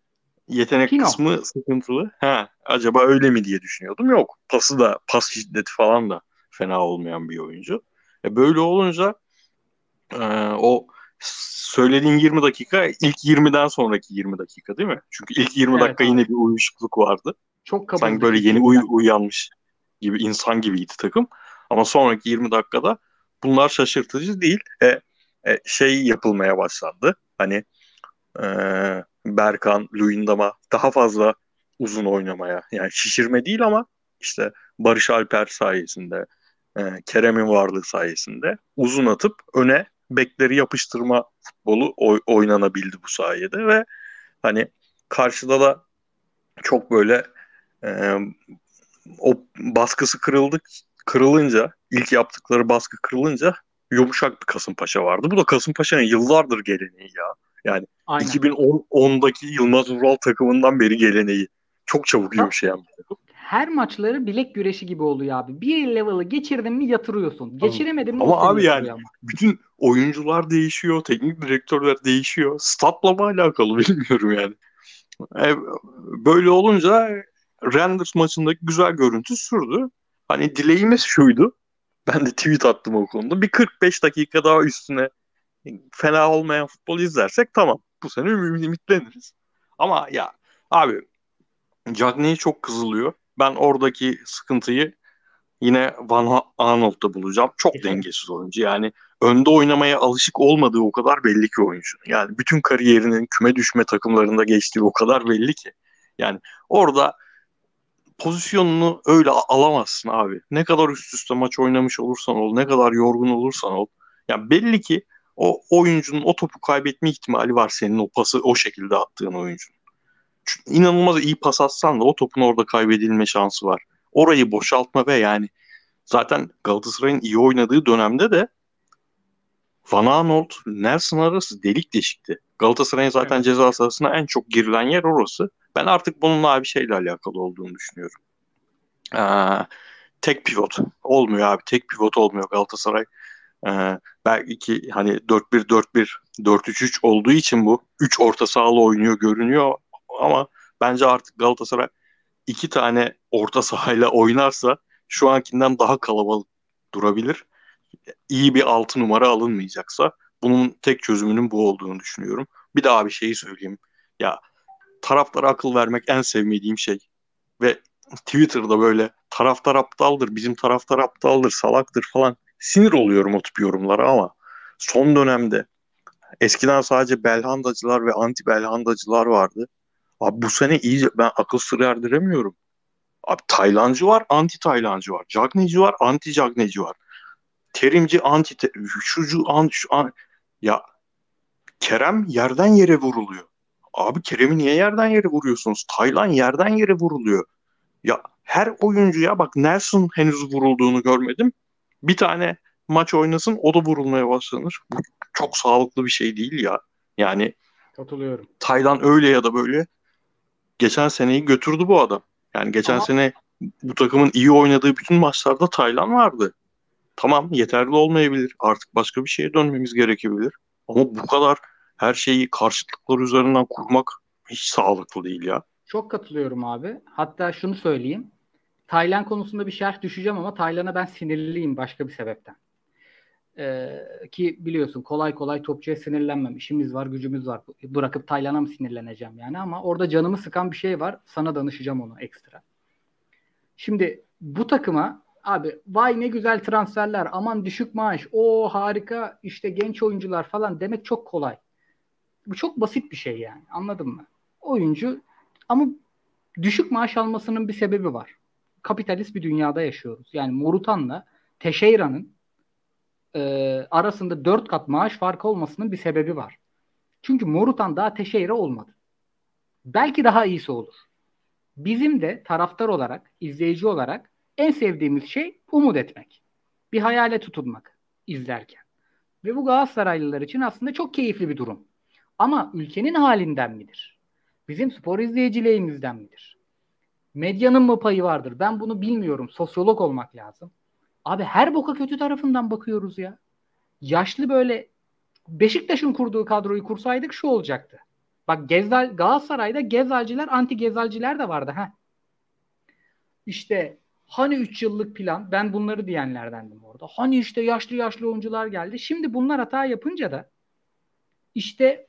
yetenek Pino. kısmı sıkıntılı. Ha, acaba öyle mi diye düşünüyordum. Yok. Pası da pas şiddeti falan da fena olmayan bir oyuncu. E, böyle olunca ee, o söylediğin yirmi dakika ilk yirmiden sonraki yirmi dakika değil mi? Çünkü ilk yirmi Evet dakika abi. yine bir uyuşukluk vardı. Çok Sanki kabızdık böyle ilk yeni yirmi uy- dakika. uyanmış gibi insan gibiydi takım. Ama sonraki yirmi dakikada bunlar şaşırtıcı değil. E, e, şey yapılmaya başlandı. Hani e, Berkan, Luyendam'a daha fazla uzun oynamaya. Yani şişirme değil ama işte Barış Alper sayesinde, e, Kerem'in varlığı sayesinde uzun atıp öne bekleri yapıştırma futbolu oy- oynanabildi bu sayede ve hani karşıda da çok böyle e, o baskısı kırıldık kırılınca ilk yaptıkları baskı kırılınca yumuşak bir Kasımpaşa vardı. Bu da Kasımpaşa'nın yıllardır geleneği ya. Yani Aynen. iki bin ondaki Yılmaz Vural takımından beri geleneği. Çok çabuk Ta- yumuşayan bir takım. Her maçları bilek güreşi gibi oluyor abi. Bir level'ı geçirdin mi yatırıyorsun. Tamam. Geçiremedin mi o Ama seni abi yani yatırıyor ama. bütün oyuncular değişiyor, teknik direktörler değişiyor. Statla mı alakalı bilmiyorum yani. E, böyle olunca Rangers maçındaki güzel görüntü sürdü. Hani dileğimiz şuydu. Ben de tweet attım o konuda. Bir kırk beş dakika daha üstüne fena olmayan futbol izlersek tamam. Bu sene ümitleniriz. Ama ya abi Cagney çok kızılıyor. Ben oradaki sıkıntıyı yine Van Aanholt'ta bulacağım. Çok Kesin. dengesiz oyuncu. Yani önde oynamaya alışık olmadığı o kadar belli ki oyuncu. Yani bütün kariyerinin küme düşme takımlarında geçtiği o kadar belli ki. Yani orada pozisyonunu öyle alamazsın abi. Ne kadar üst üste maç oynamış olursan ol, ne kadar yorgun olursan ol. Yani belli ki O oyuncunun o topu kaybetme ihtimali var, senin o pası o şekilde attığın oyuncunun. Çünkü inanılmaz iyi pas atsan da o topun orada kaybedilme şansı var. Orayı boşaltma ve yani zaten Galatasaray'ın iyi oynadığı dönemde de Van Aanholt, Nelson arası delik deşikti. Galatasaray'ın zaten Evet. ceza sahasına en çok girilen yer orası. Ben artık bununla abi şeyle alakalı olduğunu düşünüyorum. Ee, tek pivot olmuyor abi. Tek pivot olmuyor Galatasaray. Ee, belki hani dört bir dört bir dört üç üç olduğu için bu üç orta sahalı oynuyor görünüyor ama bence artık Galatasaray iki tane orta sahayla oynarsa şu ankinden daha kalabalık durabilir. İyi bir altı numara alınmayacaksa bunun tek çözümünün bu olduğunu düşünüyorum. Bir daha bir şeyi söyleyeyim. Ya taraftara akıl vermek en sevmediğim şey ve Twitter'da böyle taraftar aptaldır, bizim taraftar aptaldır, salaktır falan sinir oluyorum o tip yorumlara ama son dönemde eskiden sadece belhandacılar ve anti belhandacılar vardı. Abi bu sene iyice ben akıl sır erdiremiyorum. Abi Taylancı var, anti Taylancı var. Cagneyci var, anti Cagneyci var. Terimci, anti te şucu, anti şu an. Ya Kerem yerden yere vuruluyor. Abi Kerem'i niye yerden yere vuruyorsunuz? Taylan yerden yere vuruluyor. Ya her oyuncuya bak, Nelson henüz vurulduğunu görmedim. Bir tane maç oynasın o da vurulmaya başlanır. Bu çok sağlıklı bir şey değil ya. Yani Katılıyorum. Taylan öyle ya da böyle geçen seneyi götürdü bu adam. Yani geçen Ama sene bu takımın iyi oynadığı bütün maçlarda Taylan vardı. Tamam, yeterli olmayabilir. Artık başka bir şeye dönmemiz gerekebilir. Ama bu kadar her şeyi karşıtlıklar üzerinden kurmak hiç sağlıklı değil ya. çok katılıyorum abi. Hatta şunu söyleyeyim. Taylan konusunda bir şerh düşeceğim ama Taylan'a ben sinirliyim başka bir sebepten. Ee, ki biliyorsun kolay kolay topçuya sinirlenmem. İşimiz var, gücümüz var. Bırakıp Taylan'a mı sinirleneceğim yani? Ama orada canımı sıkan bir şey var. Sana danışacağım onu ekstra. Şimdi bu takıma abi vay ne güzel transferler, aman düşük maaş, o harika işte genç oyuncular falan demek çok kolay. Bu çok basit bir şey yani, anladın mı? Oyuncu ama düşük maaş almasının bir sebebi var. Kapitalist bir dünyada yaşıyoruz. Yani Morutan'la Teixeira'nın e, arasında dört kat maaş farkı olmasının bir sebebi var. Çünkü Morutan daha Teixeira olmadı. Belki daha iyisi olur. Bizim de taraftar olarak, izleyici olarak en sevdiğimiz şey umut etmek. Bir hayale tutunmak izlerken. Ve bu Galatasaraylılar için aslında çok keyifli bir durum. Ama ülkenin halinden midir? Bizim spor izleyiciliğimizden midir? Medyanın mı payı vardır? Ben bunu bilmiyorum. Sosyolog olmak lazım. Abi her boka kötü tarafından bakıyoruz ya. Yaşlı böyle Beşiktaş'ın kurduğu kadroyu kursaydık şu olacaktı. Bak Gezdal, Galatasaray'da Gezalciler, anti Gezalciler de vardı. Ha. İşte hani üç yıllık plan, ben bunları diyenlerdendim orada. Hani işte yaşlı yaşlı oyuncular geldi. Şimdi bunlar hata yapınca da işte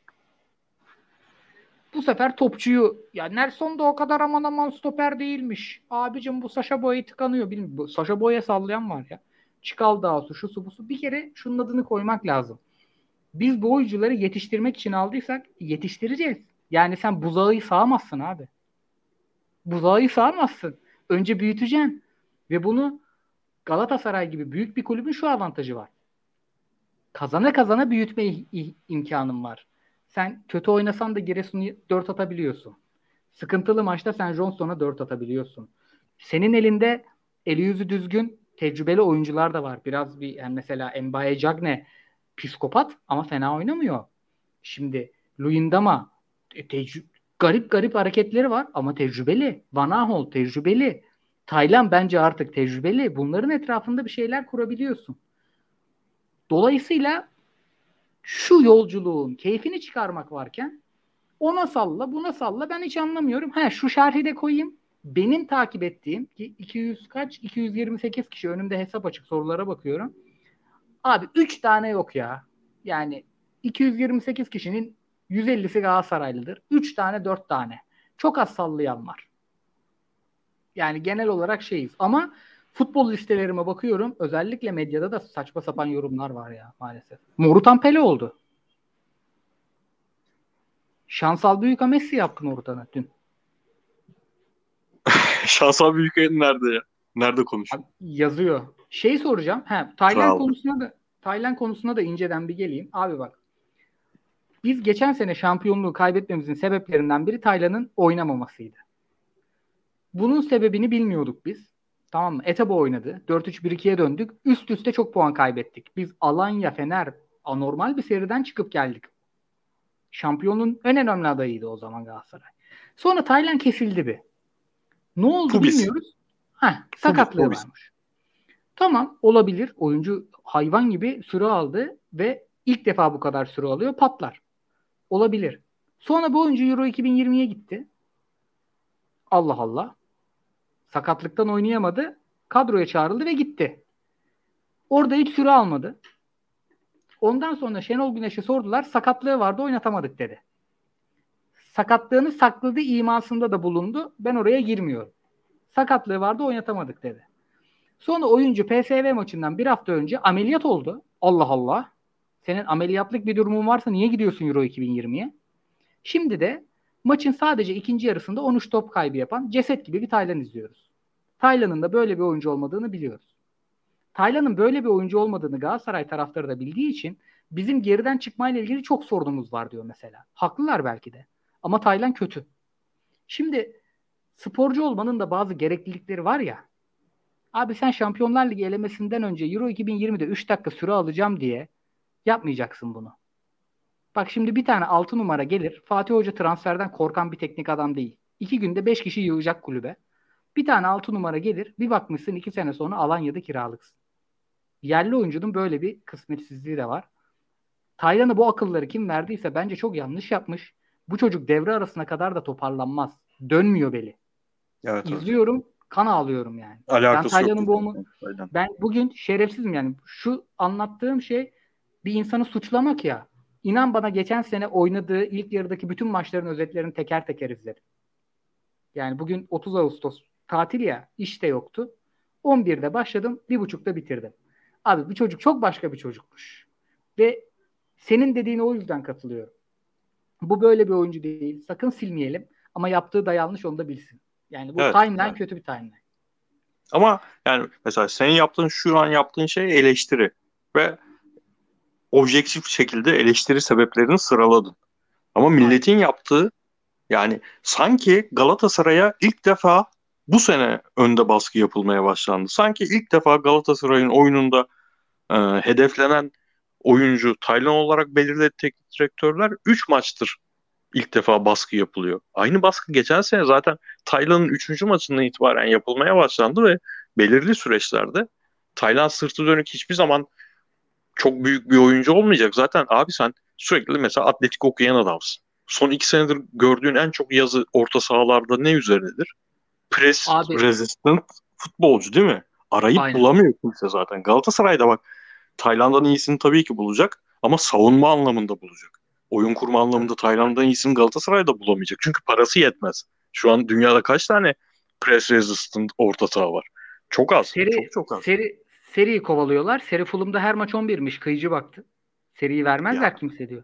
bu sefer topçuyu ya Nelson da o kadar aman aman stoper değilmiş. Abicim bu Saşa Boya'yı tıkanıyor. Bilmiyorum. Bu Saşa Boy'a sallayan var ya. Çikal Dağısı, şu su bu su. Bir kere şunun adını koymak lazım. Biz bu oyuncuları yetiştirmek için aldıysak yetiştireceğiz. Yani sen buzağı sağamazsın abi. Buzağı sağamazsın. Önce büyüteceksin. Ve bunu Galatasaray gibi büyük bir kulübün şu avantajı var. Kazana kazana büyütme imkanın var. Sen kötü oynasan da Giresun'u dört atabiliyorsun. Sıkıntılı maçta sen Johnson'a dört atabiliyorsun. Senin elinde eli yüzü düzgün tecrübeli oyuncular da var. Biraz bir yani mesela Mbaye Cagne psikopat ama fena oynamıyor. Şimdi Luyendama tecrü- garip garip hareketleri var ama tecrübeli. Van Aanholt tecrübeli. Taylan bence artık tecrübeli. Bunların etrafında bir şeyler kurabiliyorsun. Dolayısıyla şu yolculuğun keyfini çıkarmak varken ona salla buna salla ben hiç anlamıyorum. Ha şu şerhi de koyayım. Benim takip ettiğim ki iki yüz kaç iki yüz yirmi sekiz kişi önümde hesap açık sorulara bakıyorum. Abi üç tane yok ya. Yani iki yüz yirmi sekiz kişinin yüz ellisi Galatasaraylıdır. üç tane dört tane. Çok az sallayan var. Yani genel olarak şeyiz. Ama futbol listelerime bakıyorum. Özellikle medyada da saçma sapan yorumlar var ya maalesef. Morutan Pele oldu. Şansal Büyük Messi yaptı Morutan'ı dün. Şansal Büyüköy nerede ya? Nerede Abi, konuşuyor? yazıyor. Şey soracağım. He, Tayland Kraldı. konusuna da Taylan konusuna da inceden bir geleyim. Abi bak. Biz geçen sene şampiyonluğu kaybetmemizin sebeplerinden biri Taylan'ın oynamamasıydı. Bunun sebebini bilmiyorduk biz. Tamam mı? Etebo oynadı. dört üç bir ikiye döndük. Üst üste çok puan kaybettik. Biz Alanya, Fener anormal bir seriden çıkıp geldik. Şampiyonluğun en önemli adayıydı o zaman Galatasaray. Sonra Taylan kesildi bir. Ne oldu Pubis. bilmiyoruz. Heh, Pubis, sakatlığı Pubis. varmış. Tamam, olabilir. Oyuncu hayvan gibi süre aldı ve ilk defa bu kadar süre alıyor, patlar. Olabilir. Sonra bu oyuncu Euro iki bin yirmiye gitti. Allah Allah. Sakatlıktan oynayamadı. Kadroya çağrıldı ve gitti. Orada hiç süre almadı. Ondan sonra Şenol Güneş'e sordular. Sakatlığı vardı, oynatamadık dedi. Sakatlığını sakladığı imasında da bulundu. Ben oraya girmiyorum. Sakatlığı vardı, oynatamadık dedi. Sonra oyuncu P S V maçından bir hafta önce ameliyat oldu. Allah Allah. Senin ameliyatlık bir durumun varsa niye gidiyorsun Euro iki bin yirmiye? Şimdi de maçın sadece ikinci yarısında on üç top kaybı yapan ceset gibi bir Taylan izliyoruz. Taylan'ın da böyle bir oyuncu olmadığını biliyoruz. Taylan'ın böyle bir oyuncu olmadığını Galatasaray taraftarı da bildiği için bizim geriden çıkmayla ilgili çok sorunumuz var diyor mesela. Haklılar belki de. Ama Taylan kötü. Şimdi sporcu olmanın da bazı gereklilikleri var ya. Abi sen Şampiyonlar Ligi elemesinden önce Euro iki bin yirmide üç dakika süre alacağım diye yapmayacaksın bunu. Bak şimdi bir tane altı numara gelir. Fatih Hoca transferden korkan bir teknik adam değil. İki günde beş kişi yığacak kulübe. Bir tane altı numara gelir. Bir bakmışsın iki sene sonra Alanya'da kiralıksın. Yerli oyuncunun böyle bir kısmetsizliği de var. Taylan'a bu akılları kim verdiyse bence çok yanlış yapmış. Bu çocuk devre arasına kadar da toparlanmaz. Dönmüyor beli. Evet, evet. İzliyorum, kan ağlıyorum yani. Ben Alakası yok. Taylan'ın bu olma... Aynen. Ben bugün şerefsizim yani. Şu anlattığım şey bir insanı suçlamak ya. İnan bana geçen sene oynadığı ilk yarıdaki bütün maçların özetlerini teker teker izledim. Yani bugün otuz Ağustos tatil ya, iş de yoktu. on birde başladım, bir buçukta bitirdim. Abi bir çocuk çok başka bir çocukmuş. Ve senin dediğine o yüzden katılıyorum. Bu böyle bir oyuncu değil. Sakın silmeyelim. Ama yaptığı da yanlış, onu da bilsin. Yani bu Evet, timeline evet. kötü bir timeline. Ama yani mesela senin yaptığın şu an yaptığın şey eleştiri ve objektif şekilde eleştiri sebeplerini sıraladın. Ama Aynen. milletin yaptığı yani sanki Galatasaray'a ilk defa bu sene önde baskı yapılmaya başlandı. Sanki ilk defa Galatasaray'ın oyununda e, hedeflenen oyuncu Taylan olarak belirledi teknik direktörler üç maçtır ilk defa baskı yapılıyor. Aynı baskı geçen sene zaten Taylan'ın üçüncü maçından itibaren yapılmaya başlandı ve belirli süreçlerde Taylan sırtı dönük hiçbir zaman çok büyük bir oyuncu olmayacak. Zaten abi sen sürekli mesela atletik okuyan adamsın. Son iki senedir gördüğün en çok yazı orta sahalarda ne üzerinedir? Press Abi resistant futbolcu değil mi? Arayıp aynen. bulamıyor kimse zaten. Galatasaray'da bak Tayland'dan iyisini tabii ki bulacak ama savunma anlamında bulacak. Oyun kurma anlamında Tayland'dan iyisini Galatasaray'da bulamayacak. Çünkü parası yetmez. Şu an dünyada kaç tane press resistant orta saha var? Çok az. Çok Seri çok az. seri seriyi kovalıyorlar. Seri Fulham'da her maç on birmiş. Kıyıcı baktı. Seriyi Ya vermezler kimse diyor.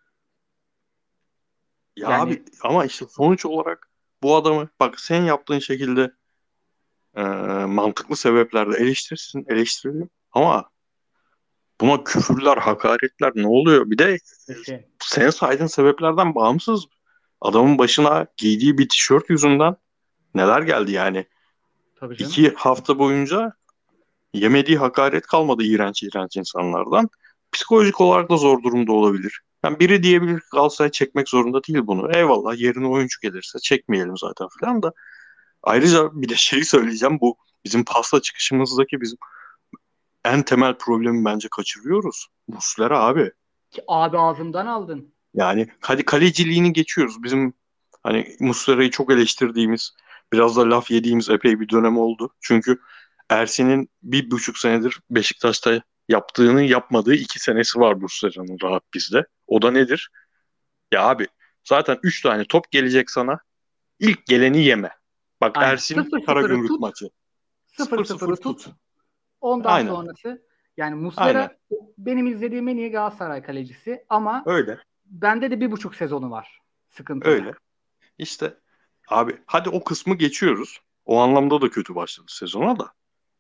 ya abi Yani ama işte sonuç olarak bu adamı bak sen yaptığın şekilde e, mantıklı sebeplerle eleştirsin, eleştirelim. Ama buna küfürler, hakaretler ne oluyor? Bir de e, şey sen saydığın sebeplerden bağımsız adamın başına giydiği bir tişört yüzünden neler geldi yani. tabii canım. İki hafta boyunca yemediği hakaret kalmadı iğrenç iğrenç insanlardan. Psikolojik olarak da zor durumda olabilir. Yani biri diyebilir ki Galatasaray çekmek zorunda değil bunu. Eyvallah yerine oyuncu gelirse çekmeyelim zaten falan da. Ayrıca bir de şeyi söyleyeceğim bu bizim pasta çıkışımızdaki bizim en temel problemi bence kaçırıyoruz. Muslera abi. Ki abi ağzımdan aldın. Yani hadi kaleciliğini geçiyoruz. Bizim hani Muslera'yı çok eleştirdiğimiz, biraz da laf yediğimiz epey bir dönem oldu. Çünkü Ersin'in bir buçuk senedir Beşiktaş'ta yaptığını yapmadığı iki senesi var Muslera'nın rahat bizde. O da nedir? Ya abi zaten üç tane top gelecek sana. İlk geleni yeme. Bak Aynen. Ersin sıfır sıfırı Karagümrük tut. maçı. sıfır sıfır sıfır sıfırı tut. tut. Ondan Aynen. sonrası yani Aynen. Muslera benim izlediğim en iyi Galatasaray kalecisi ama Öyle. bende de bir buçuk sezonu var. Sıkıntılı. Öyle. İşte abi hadi o kısmı geçiyoruz. O anlamda da kötü başladı sezona da.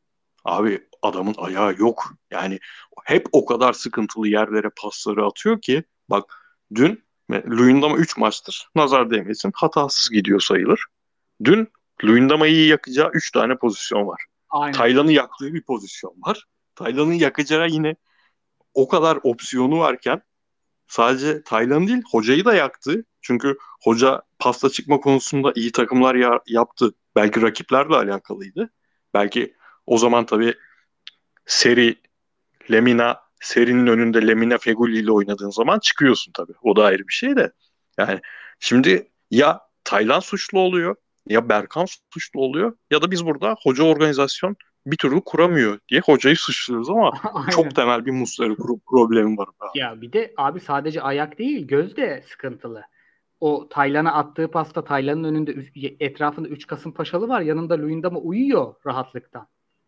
Abi adamın ayağı yok. Yani hep o kadar sıkıntılı yerlere pasları atıyor ki bak dün Luyendama üç maçtır nazar değmesin hatasız gidiyor sayılır. Dün Luyendama'yı yakacağı üç tane pozisyon var. Aynen. Taylan'ı yaktığı bir pozisyon var. Taylan'ın yakacağı yine o kadar opsiyonu varken sadece Taylan değil hocayı da yaktı. Çünkü hoca pasta çıkma konusunda iyi takımlar ya- yaptı. Belki rakiplerle alakalıydı. Belki o zaman tabii Seri, Lemina, Seri'nin önünde Lemina Feguli ile oynadığın zaman çıkıyorsun tabii. O da ayrı bir şey de. Yani şimdi ya Taylan suçlu oluyor ya Berkan suçlu oluyor ya da biz burada hoca organizasyon bir türlü kuramıyor diye hocayı suçluyoruz ama çok Aynen. temel bir Muslera pro- problemi var abi. Ya bir de abi sadece ayak değil göz de sıkıntılı. O Taylan'a attığı pasta Taylan'ın önünde üç- etrafında üç Kasımpaşalı var. Yanında Luyendama uyuyor rahatlıktan.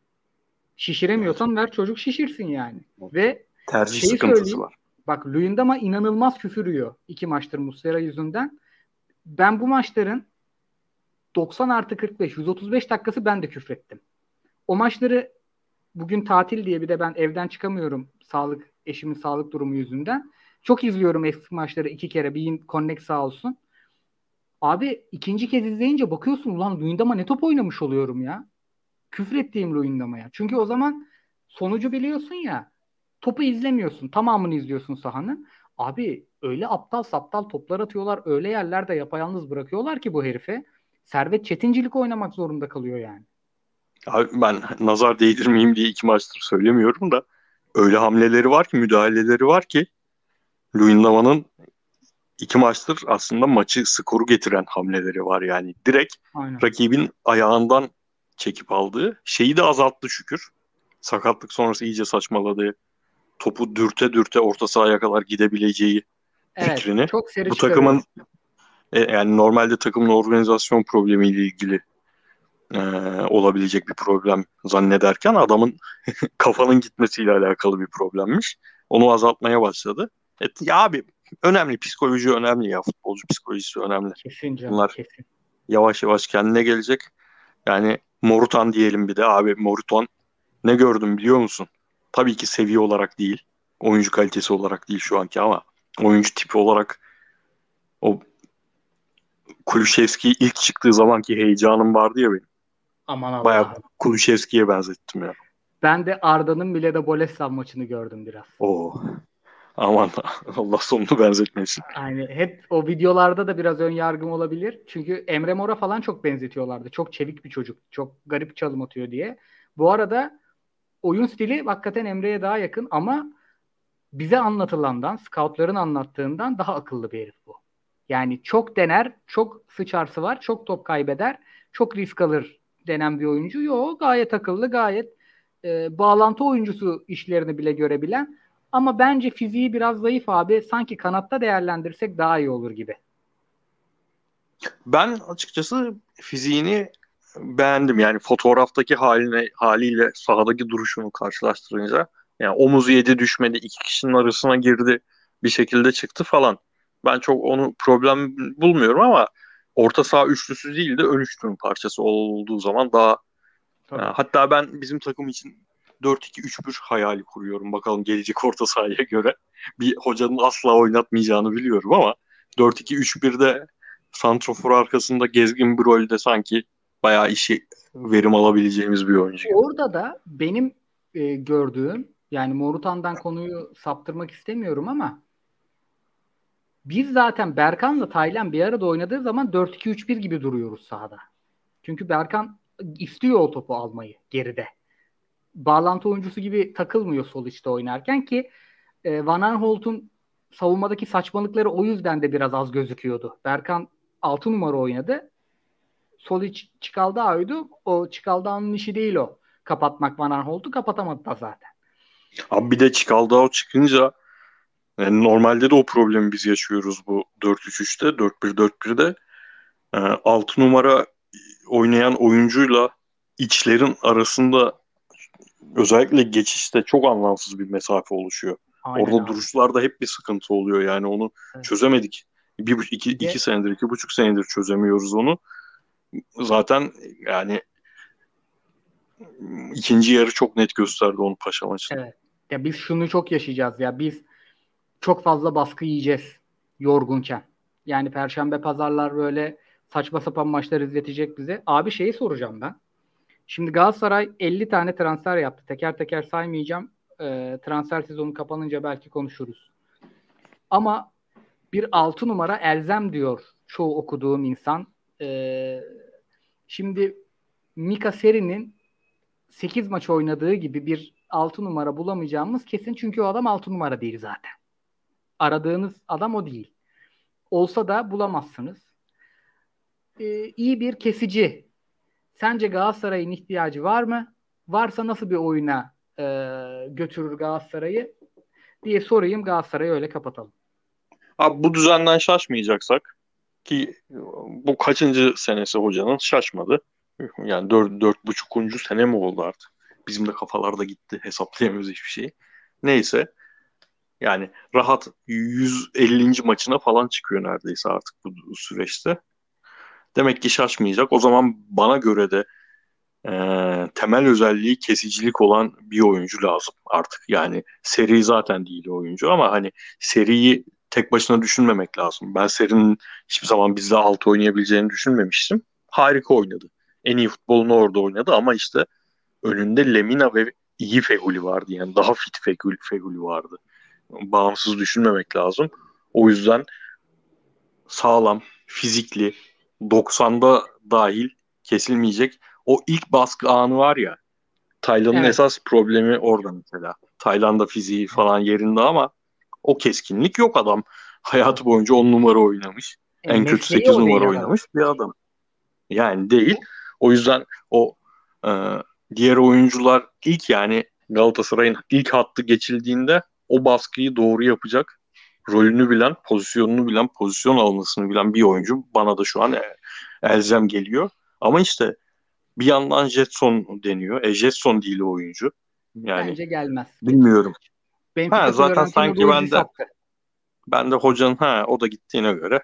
Evet. Şişiremiyorsan ver çocuk şişirsin yani. Ve Tercih şeyi sıkıntısı söyleyeyim. var. Bak Luyendama inanılmaz küfür yiyor. İki maçtır Muslera yüzünden. Ben bu maçların doksan artı kırk beş, yüz otuz beş dakikası ben de küfrettim. O maçları bugün tatil diye bir de ben evden çıkamıyorum sağlık eşimin sağlık durumu yüzünden. Çok izliyorum eski maçları iki kere. Bir Connect sağ olsun. Abi ikinci kez izleyince bakıyorsun ulan Luyendama ne top oynamış oluyorum ya. Küfür ettiğim Luyendama'ya. Çünkü o zaman sonucu biliyorsun ya. Topu izlemiyorsun. Tamamını izliyorsun sahanın. Abi öyle aptal saptal toplar atıyorlar. Öyle yerlerde yapayalnız bırakıyorlar ki bu herife. Servet Çetincilik oynamak zorunda kalıyor yani. Abi ben nazar değdirmeyeyim diye iki maçtır söylemiyorum da öyle hamleleri var ki müdahaleleri var ki Luyendama'nın iki maçtır aslında maçı skoru getiren hamleleri var yani. Direkt Aynen. rakibin ayağından çekip aldığı şeyi de azalttı şükür. Sakatlık sonrası iyice saçmaladığı, topu dürte dürte orta sahaya kadar gidebileceği Evet. fikrini. Çok seri Bu çıkarıyor. takımın e, yani normalde takımın organizasyon problemiyle ilgili e, olabilecek bir problem zannederken adamın kafanın gitmesiyle alakalı bir problemmiş. Onu azaltmaya başladı. Et, ya abi önemli psikoloji önemli ya futbolcu psikolojisi önemli. Kesin canım. Bunlar Kesin. yavaş yavaş kendine gelecek. Yani Morutan diyelim bir de abi Morutan ne gördüm biliyor musun? Tabii ki seviye olarak değil. Oyuncu kalitesi olarak değil şu anki ama oyuncu tipi olarak o Kulusevski ilk çıktığı zamanki heyecanım vardı ya benim. Aman Bayağı Allah'ım. Kulusevski'ye benzettim ya. Ben de Arda'nın bile de Boleslav maçını gördüm biraz. Oo, aman Allah sonunu benzetmesin. Yani hep o videolarda da biraz ön yargım olabilir. Çünkü Emre Mor'a falan çok benzetiyorlardı. Çok çevik bir çocuk. Çok garip çalım atıyor diye. Bu arada oyun stili hakikaten Emre'ye daha yakın ama bize anlatılandan, scoutların anlattığından daha akıllı bir herif bu. Yani çok dener, çok sıçarsı var, çok top kaybeder, çok risk alır denen bir oyuncu. Yok, gayet akıllı, gayet e, bağlantı oyuncusu işlerini bile görebilen. Ama bence fiziği biraz zayıf abi. Sanki kanatta değerlendirsek daha iyi olur gibi. Ben açıkçası fiziğini beğendim. Yani fotoğraftaki haline haliyle sahadaki duruşunu karşılaştırınca yani omuzu yedi düşmedi, iki kişinin arasına girdi bir şekilde çıktı falan. Ben çok onu problem bulmuyorum ama orta saha üçlüsü değil de ön üçlünün parçası olduğu zaman daha Tabii. yani hatta ben bizim takım için dört iki üç bir hayali kuruyorum. Bakalım gelecek orta sahaya göre. Bir hocanın asla oynatmayacağını biliyorum ama dört iki üç birde santrofor arkasında gezgin bir rolde sanki bayağı işi verim alabileceğimiz bir oyuncu gibi. Orada da benim e, gördüğüm yani Morutan'dan konuyu saptırmak istemiyorum ama biz zaten Berkan'la Taylan bir arada oynadığı zaman dört iki üç bir gibi duruyoruz sahada. Çünkü Berkan istiyor o topu almayı geride. Bağlantı oyuncusu gibi takılmıyor sol içte oynarken ki e, Van Aanholt'un savunmadaki saçmalıkları o yüzden de biraz az gözüküyordu. Berkan altı numara oynadı. Sol iç Çikaldağ'ydı. O Çikaldağ'ın işi değil o. Kapatmak Van Aanholt'u kapatamadı da zaten. Abi bir de Çikaldao çıkınca yani normalde de o problemi biz yaşıyoruz bu dört üç üçte, dört bir dört birde. Ee, altı numara oynayan oyuncuyla içlerin arasında özellikle geçişte çok anlamsız bir mesafe oluşuyor. Aynen Orada abi. duruşlarda hep bir sıkıntı oluyor yani onu Evet. çözemedik. Bir, bu- iki, Bir iki de senedir, iki buçuk senedir çözemiyoruz onu. Zaten yani ikinci yarı çok net gösterdi onu Paşa maçında. Evet. Ya biz şunu çok yaşayacağız ya. Biz çok fazla baskı yiyeceğiz yorgunken. Yani Perşembe pazarlar böyle saçma sapan maçlar izletecek bize. Abi şeyi soracağım ben. Şimdi Galatasaray elli tane transfer yaptı. Teker teker saymayacağım. E, transfer sezonu kapanınca belki konuşuruz. Ama bir altı numara elzem diyor çoğu okuduğum insan. E, şimdi Mika Seri'nin sekiz maç oynadığı gibi bir altı numara bulamayacağımız kesin. Çünkü o adam altı numara değil zaten. Aradığınız adam o değil. Olsa da bulamazsınız. Ee, iyi bir kesici. Sence Galatasaray'ın ihtiyacı var mı? Varsa nasıl bir oyuna e, götürür Galatasaray'ı diye sorayım. Galatasaray'ı öyle kapatalım. Abi bu düzenden şaşmayacaksak ki bu kaçıncı senesi hocanın şaşmadı. Yani dört, dört buçukuncu sene mi oldu artık? Bizim de kafalarda gitti. Hesaplayamıyoruz hiçbir şeyi. Neyse. Yani rahat yüz ellinci maçına falan çıkıyor neredeyse artık bu süreçte. Demek ki şaşmayacak. O zaman bana göre de e, temel özelliği kesicilik olan bir oyuncu lazım artık. Yani seri zaten değil o oyuncu ama hani seriyi tek başına düşünmemek lazım. Ben serinin hiçbir zaman bizde altı oynayabileceğini düşünmemiştim. Harika oynadı. En iyi futbolunu orada oynadı ama işte önünde Lemina ve iyi Feguli vardı. Yani daha fit Feguli, Feguli vardı. Bağımsız düşünmemek lazım. O yüzden sağlam, fizikli, doksanda dahil kesilmeyecek. O ilk baskı anı var ya, Taylan'ın Evet. esas problemi orada mesela. Taylan'da fiziği falan yerinde ama o keskinlik yok adam. Hayatı boyunca on numara oynamış. E, En kötü mesleği sekiz o numara değil adamın. oynamış bir adam. Yani değil. O yüzden o e, diğer oyuncular ilk yani Galatasaray'ın ilk hattı geçildiğinde o baskıyı doğru yapacak rolünü bilen, pozisyonunu bilen, pozisyon almasını bilen bir oyuncu bana da şu an e, elzem geliyor. Ama işte bir yandan Jetson deniyor. E Jetson değil o oyuncu. Yani Bence gelmez Getson. bilmiyorum. Ha Benfica zaten Florentino sanki Ruiz'i ben de sattı. ben de hocanın ha o da gittiğine göre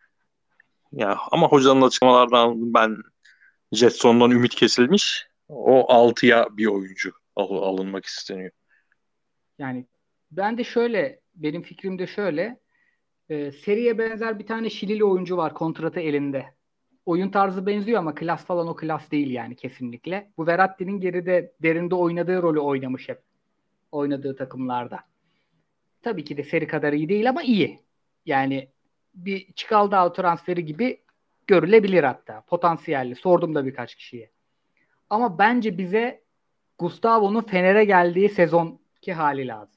ya ama hocanın açıklamalardan ben Jetson'dan ümit kesilmiş. O altıya bir oyuncu al- alınmak isteniyor. Yani ben de şöyle, benim fikrim de şöyle. E, seriye benzer bir tane Şilili oyuncu var kontratı elinde. Oyun tarzı benziyor ama klas falan o klas değil yani kesinlikle. Bu Verratti'nin geride derinde oynadığı rolü oynamış hep. Oynadığı takımlarda. Tabii ki de seri kadar iyi değil ama iyi. Yani bir Çikaldao transferi gibi görülebilir hatta. Potansiyelli. Sordum da birkaç kişiye. Ama bence bize Gustavo'nun Fener'e geldiği sezonki hali lazım.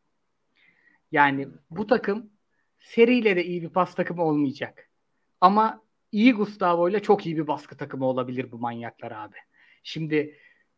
Yani bu takım seriyle de iyi bir pas takımı olmayacak. Ama iyi Gustavo ile çok iyi bir baskı takımı olabilir bu manyaklar abi. Şimdi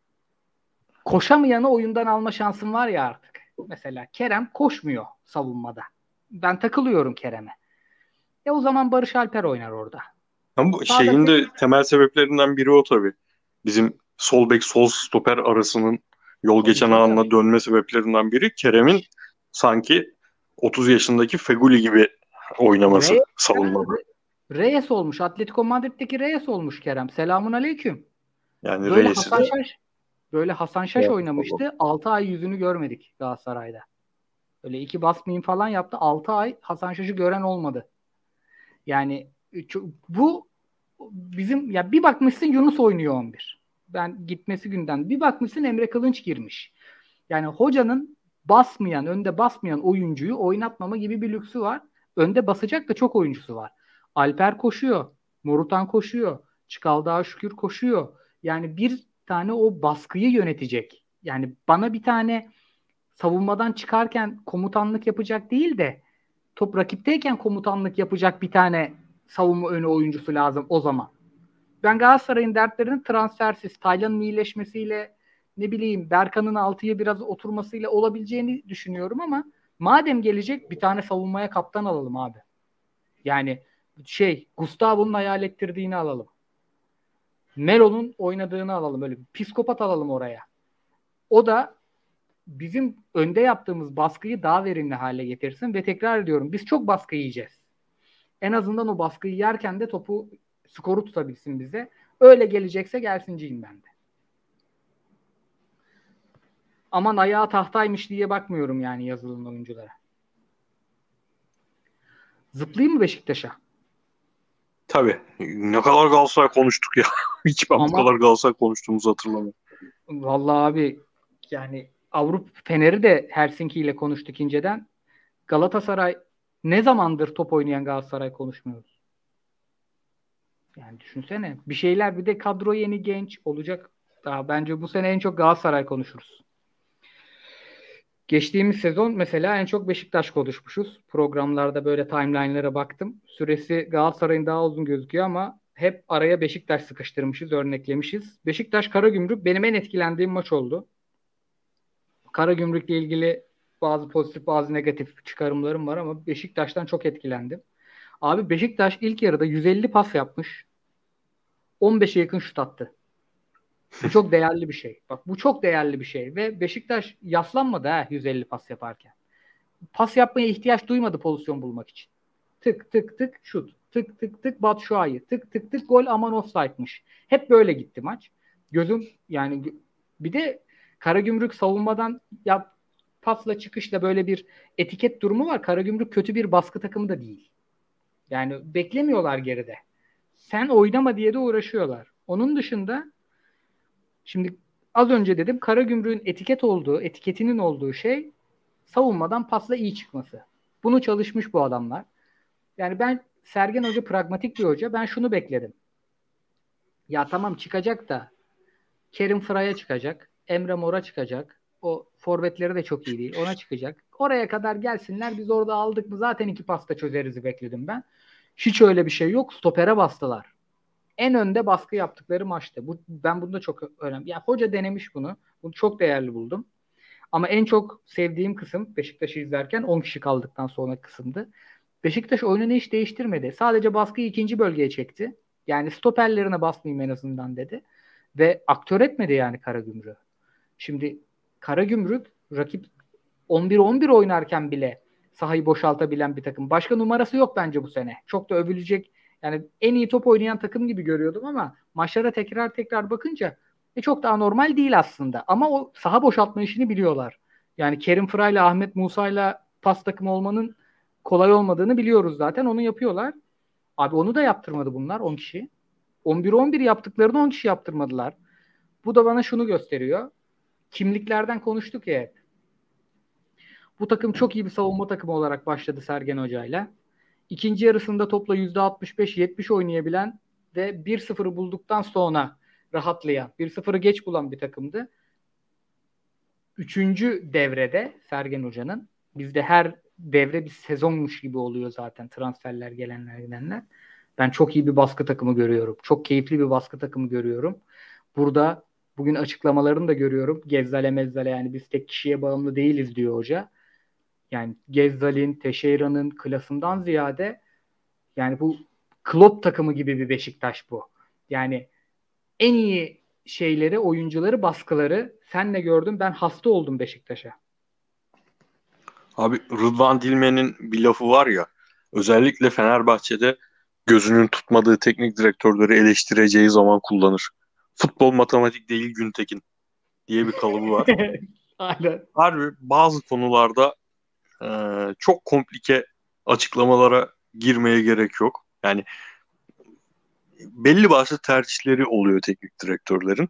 koşamayanı oyundan alma şansın var ya artık. Mesela Kerem koşmuyor savunmada. Ben takılıyorum Kerem'e. E o zaman Barış Alper oynar orada. Ama bu Sağda şeyin de temel sebeplerinden biri o tabii. Bizim sol bek sol stoper arasının yol tabii geçen canım. anla dönme sebeplerinden biri Kerem'in sanki otuz yaşındaki Feguli gibi oynaması Reyes, savunmada. Reyes olmuş. Atletico Madrid'deki Reyes olmuş Kerem. Selamun aleyküm. Yani Böyle Reyes'i de Hasan Şaş böyle Hasan Şaş yapmış olalım. oynamıştı. altı ay yüzünü görmedik Galatasaray'da. Öyle iki basmayın falan yaptı. altı ay Hasan Şaş'ı gören olmadı. Yani bu bizim ya bir bakmışsın Yunus oynuyor on bir. Ben gitmesi günden bir bakmışsın Emre Kılınç girmiş. Yani hocanın basmayan, önde basmayan oyuncuyu oynatmama gibi bir lüksü var. Önde basacak da çok oyuncusu var. Alper koşuyor. Morutan koşuyor. Çikaldağ Şükür koşuyor. Yani bir tane o baskıyı yönetecek. Yani bana bir tane savunmadan çıkarken komutanlık yapacak değil de top rakipteyken komutanlık yapacak bir tane savunma önü oyuncusu lazım o zaman. Ben Galatasaray'ın dertlerinin transfersiz, Taylan'ın iyileşmesiyle ne bileyim Berkan'ın altıya biraz oturmasıyla olabileceğini düşünüyorum ama madem gelecek bir tane savunmaya kaptan alalım abi. Yani şey Gustavo'nun hayal ettirdiğini alalım. Melo'nun oynadığını alalım. Öyle bir psikopat alalım oraya. O da bizim önde yaptığımız baskıyı daha verimli hale getirsin ve tekrar ediyorum biz çok baskı yiyeceğiz. En azından o baskıyı yerken de topu skoru tutabilsin bize. Öyle gelecekse gelsinciyim ben de. aman ayağı tahtaymış diye bakmıyorum yani yazılan oyunculara. Zıplayayım mı Beşiktaş'a? Tabii. Ne kadar Galatasaray konuştuk ya. Hiç ben bu Ama kadar Galatasaray konuştuğumuzu hatırlamıyorum. vallahi abi yani Avrupa Fener'i de Helsinki ile konuştuk inceden. Galatasaray ne zamandır top oynayan Galatasaray konuşmuyoruz. Yani düşünsene. Bir şeyler bir de kadro yeni genç olacak. Daha bence bu sene en çok Galatasaray konuşuruz. Geçtiğimiz sezon mesela en çok Beşiktaş konuşmuşuz. Programlarda böyle timeline'lara baktım. Süresi Galatasaray'ın daha uzun gözüküyor ama hep araya Beşiktaş sıkıştırmışız, örneklemişiz. Beşiktaş Karagümrük benim en etkilendiğim maç oldu. Karagümrük'le ilgili bazı pozitif bazı negatif çıkarımlarım var ama Beşiktaş'tan çok etkilendim. Abi Beşiktaş ilk yarıda yüz elli pas yapmış. on beşe yakın şut attı. Bu çok değerli bir şey. Bak bu çok değerli bir şey ve Beşiktaş yaslanmadı ha yüz elli pas yaparken. Pas yapmaya ihtiyaç duymadı pozisyon bulmak için. Tık tık tık şut. Tık tık tık Batshuayi. Tık tık tık gol aman offside'mış. Hep böyle gitti maç. Gözüm yani bir de Karagümrük savunmadan yap pasla çıkışla böyle bir etiket durumu var. Karagümrük kötü bir baskı takımı da değil. Yani beklemiyorlar geride. Sen oynama diye de uğraşıyorlar. Onun dışında şimdi az önce dedim Karagümrük'ün etiket olduğu, etiketinin olduğu şey savunmadan pasla iyi çıkması. Bunu çalışmış bu adamlar. Yani ben Sergen Hoca pragmatik bir hoca. Ben şunu bekledim. Ya tamam çıkacak da Kerim Fıra'ya çıkacak. Emre Mor'a çıkacak. O forvetleri de çok iyi değil. Ona çıkacak. Oraya kadar gelsinler. Biz orada aldık mı zaten iki pasta çözeriz bekledim ben. Hiç öyle bir şey yok. Stopere bastılar. En önde baskı yaptıkları maçtı. Bu, ben bunda çok önemli. Ya hoca denemiş bunu. Bunu çok değerli buldum. Ama en çok sevdiğim kısım Beşiktaş'ı izlerken on kişi kaldıktan sonra kısımdı. Beşiktaş oyununu hiç değiştirmedi. Sadece baskıyı ikinci bölgeye çekti. Yani stoperlerine basmayayım en azından dedi. Ve aktör etmedi yani Karagümrük. Şimdi Karagümrük rakip on bir on bir oynarken bile sahayı boşaltabilen bir takım. Başka numarası yok bence bu sene. Çok da övülecek. Yani en iyi top oynayan takım gibi görüyordum ama maçlara tekrar tekrar bakınca e, çok daha normal değil aslında. Ama o saha boşaltma işini biliyorlar. Yani Kerim Fıra'yla Ahmet Musa'yla pas takımı olmanın kolay olmadığını biliyoruz zaten. Onu yapıyorlar. Abi onu da yaptırmadı bunlar on kişi. on bir on bir yaptıklarını on kişi yaptırmadılar. Bu da bana şunu gösteriyor. Kimliklerden konuştuk ya hep. Bu takım çok iyi bir savunma takımı olarak başladı Sergen Hoca'yla. İkinci yarısında topla yüzde altmış beş yetmiş oynayabilen ve bir sıfırı bulduktan sonra rahatlayan, bir sıfırı geç bulan bir takımdı. Üçüncü devrede Sergen Hoca'nın bizde her devre bir sezonmuş gibi oluyor zaten transferler gelenler gidenler. Ben çok iyi bir baskı takımı görüyorum. Çok keyifli bir baskı takımı görüyorum. Burada bugün açıklamalarını da görüyorum. Gezzale mezzale yani biz tek kişiye bağımlı değiliz diyor hoca. Yani Gezzal'in, Teixeira'nın klasından ziyade yani bu Klopp takımı gibi bir Beşiktaş bu. Yani en iyi şeyleri, oyuncuları, baskıları senle gördüm. Ben hasta oldum Beşiktaş'a. Abi Rıdvan Dilmen'in bir lafı var ya, özellikle Fenerbahçe'de gözünün tutmadığı teknik direktörleri eleştireceği zaman kullanır. Futbol matematik değil Güntekin diye bir kalıbı var. Aynen. Harbi bazı konularda e, çok komplike açıklamalara girmeye gerek yok. Yani belli başlı tercihleri oluyor teknik direktörlerin.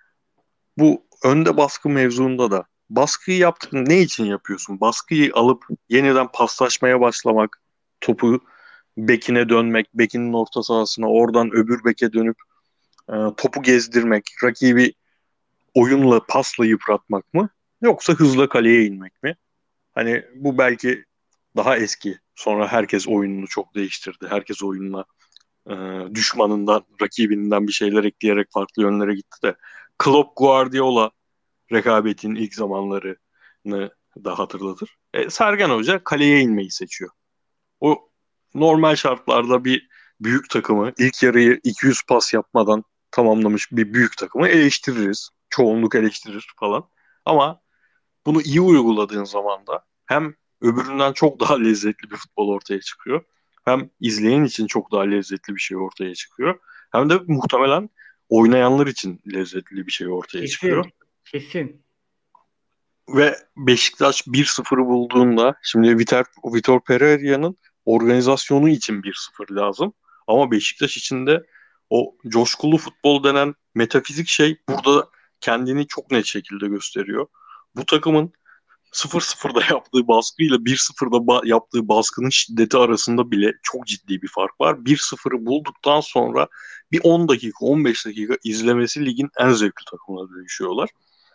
Bu önde baskı mevzuunda da baskıyı yaptın ne için yapıyorsun? Baskıyı alıp yeniden paslaşmaya başlamak, topu bekine dönmek, bekinin orta sahasına oradan öbür beke dönüp e, topu gezdirmek, rakibi oyunla pasla yıpratmak mı? Yoksa hızla kaleye inmek mi? Hani bu belki daha eski. Sonra herkes oyununu çok değiştirdi. Herkes oyununa e, düşmanından, rakibinden bir şeyler ekleyerek farklı yönlere gitti de Klopp Guardiola rekabetin ilk zamanlarını da hatırlatır. E, Sergen Hoca kaleye inmeyi seçiyor. O normal şartlarda bir büyük takımı ilk yarıyı iki yüz pas yapmadan tamamlamış bir büyük takımı eleştiririz. Çoğunluk eleştirir falan. Ama bunu iyi uyguladığın zaman da hem öbüründen çok daha lezzetli bir futbol ortaya çıkıyor. Hem izleyen için çok daha lezzetli bir şey ortaya çıkıyor. Hem de muhtemelen oynayanlar için lezzetli bir şey ortaya çıkıyor. Kesin. Kesin. Ve Beşiktaş bir sıfırı bulduğunda şimdi Vitor, Vitor Pereira'nın organizasyonu için bir sıfır lazım. Ama Beşiktaş için de o coşkulu futbol denen metafizik şey burada kendini çok net şekilde gösteriyor. Bu takımın sıfır sıfırda yaptığı baskıyla bir sıfırda ba- yaptığı baskının şiddeti arasında bile çok ciddi bir fark var. bir sıfırı bulduktan sonra bir on dakika, on beş dakika izlemesi ligin en zevkli takımına dönüşüyorlar.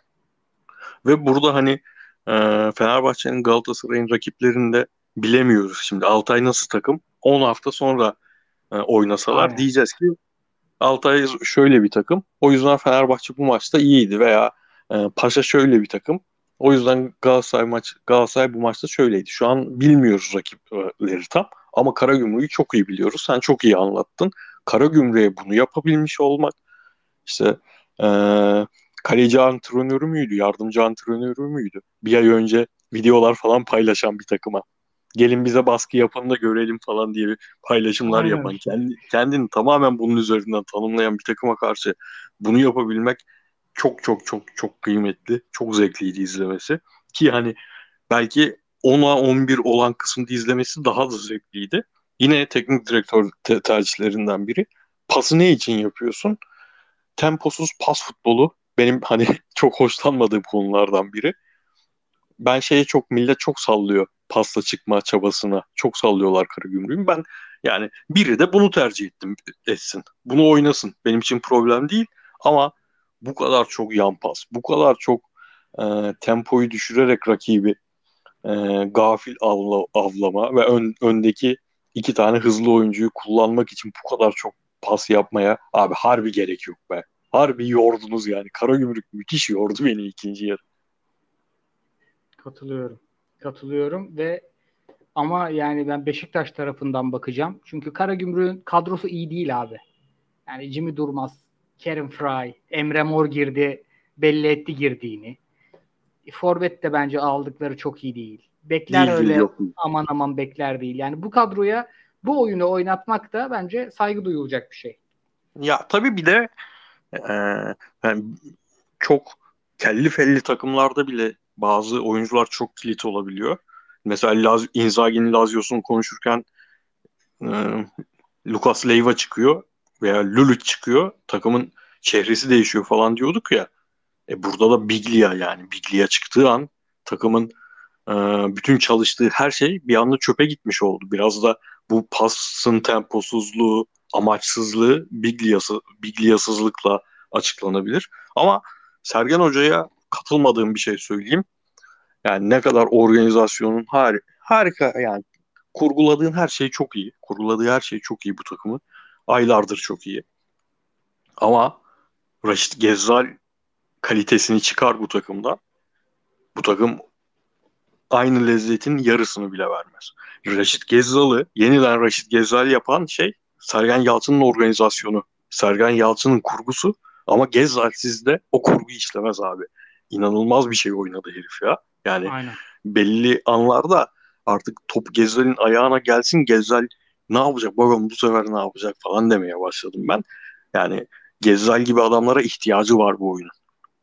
Ve burada hani e, Fenerbahçe'nin Galatasaray'ın rakiplerini de bilemiyoruz. Şimdi Altay nasıl takım? on hafta sonra e, oynasalar Aynen. diyeceğiz ki Altay şöyle bir takım. O yüzden Fenerbahçe bu maçta iyiydi veya e, Paşa şöyle bir takım. O yüzden Galatasaray maç Galatasaray bu maçta şöyleydi. Şu an bilmiyoruz rakipleri tam ama Karagümrük'ü çok iyi biliyoruz. Sen çok iyi anlattın. Karagümrük'e bunu yapabilmiş olmak işte e, kaleci antrenörü müydü, yardımcı antrenörü müydü? Bir ay önce videolar falan paylaşan bir takıma. Gelin bize baskı yapın da görelim falan diye paylaşımlar Aynen. yapan, kendi, kendini tamamen bunun üzerinden tanımlayan bir takıma karşı bunu yapabilmek çok çok çok çok kıymetli, çok zevkliydi izlemesi. Ki hani belki ona on bir olan kısmında izlemesi daha da zevkliydi. Yine teknik direktör te- tercihlerinden biri. Pası ne için yapıyorsun? Temposuz pas futbolu benim hani çok hoşlanmadığım konulardan biri. Ben şeye çok millet çok sallıyor pasla çıkma çabasına. Çok sallıyorlar Karagümrük'ün. Ben yani biri de bunu tercih ettim etsin. Bunu oynasın. Benim için problem değil ama bu kadar çok yan pas, bu kadar çok e, tempoyu düşürerek rakibi e, gafil avla, avlama ve ön, öndeki iki tane hızlı oyuncuyu kullanmak için bu kadar çok pas yapmaya abi harbi gerek yok be. Harbi yordunuz yani. Karagümrük müthiş yordu beni ikinci yarı. Katılıyorum. Katılıyorum ve ama yani ben Beşiktaş tarafından bakacağım. Çünkü Karagümrük'ün kadrosu iyi değil abi. Yani Jimmy Durmaz, Kerim Fry, Emre Mor girdi, belli etti girdiğini. Forvet de bence aldıkları çok iyi değil. Bekler Değil değil öyle yok. aman aman bekler değil. Yani bu kadroya bu oyunu oynatmak da bence saygı duyulacak bir şey. Ya tabii bir de e, yani çok kelli felli takımlarda bile bazı oyuncular çok kilit olabiliyor. Mesela Laz Inzaghi'nin Lazio'sunu konuşurken e, Lucas Leiva çıkıyor veya Lulic çıkıyor. Takımın çehresi değişiyor falan diyorduk ya. E burada da Biglia yani. Biglia çıktığı an takımın e, bütün çalıştığı her şey bir anda çöpe gitmiş oldu. Biraz da bu pasın temposuzluğu, amaçsızlığı Biglia'sı, Biglia'sızlıkla açıklanabilir. Ama Sergen Hoca'ya katılmadığım bir şey söyleyeyim. Yani ne kadar organizasyonun har harika yani kurguladığın her şey çok iyi. Kurguladığı her şey çok iyi bu takımı. Aylardır çok iyi. Ama Raşit Gezzal kalitesini çıkar bu takımda. Bu takım aynı lezzetin yarısını bile vermez. Raşit Gezzal'ı yeniden Raşit Gezzal yapan şey Sergen Yalçın'ın organizasyonu. Sergen Yalçın'ın kurgusu ama Gezzal sizde o kurgu işlemez abi. İnanılmaz bir şey oynadı herif ya. Yani Aynen. belli anlarda artık top Gezzal'in ayağına gelsin Gezzal ne yapacak bakalım bu sefer ne yapacak falan demeye başladım ben. Yani Gezzal gibi adamlara ihtiyacı var bu oyunun.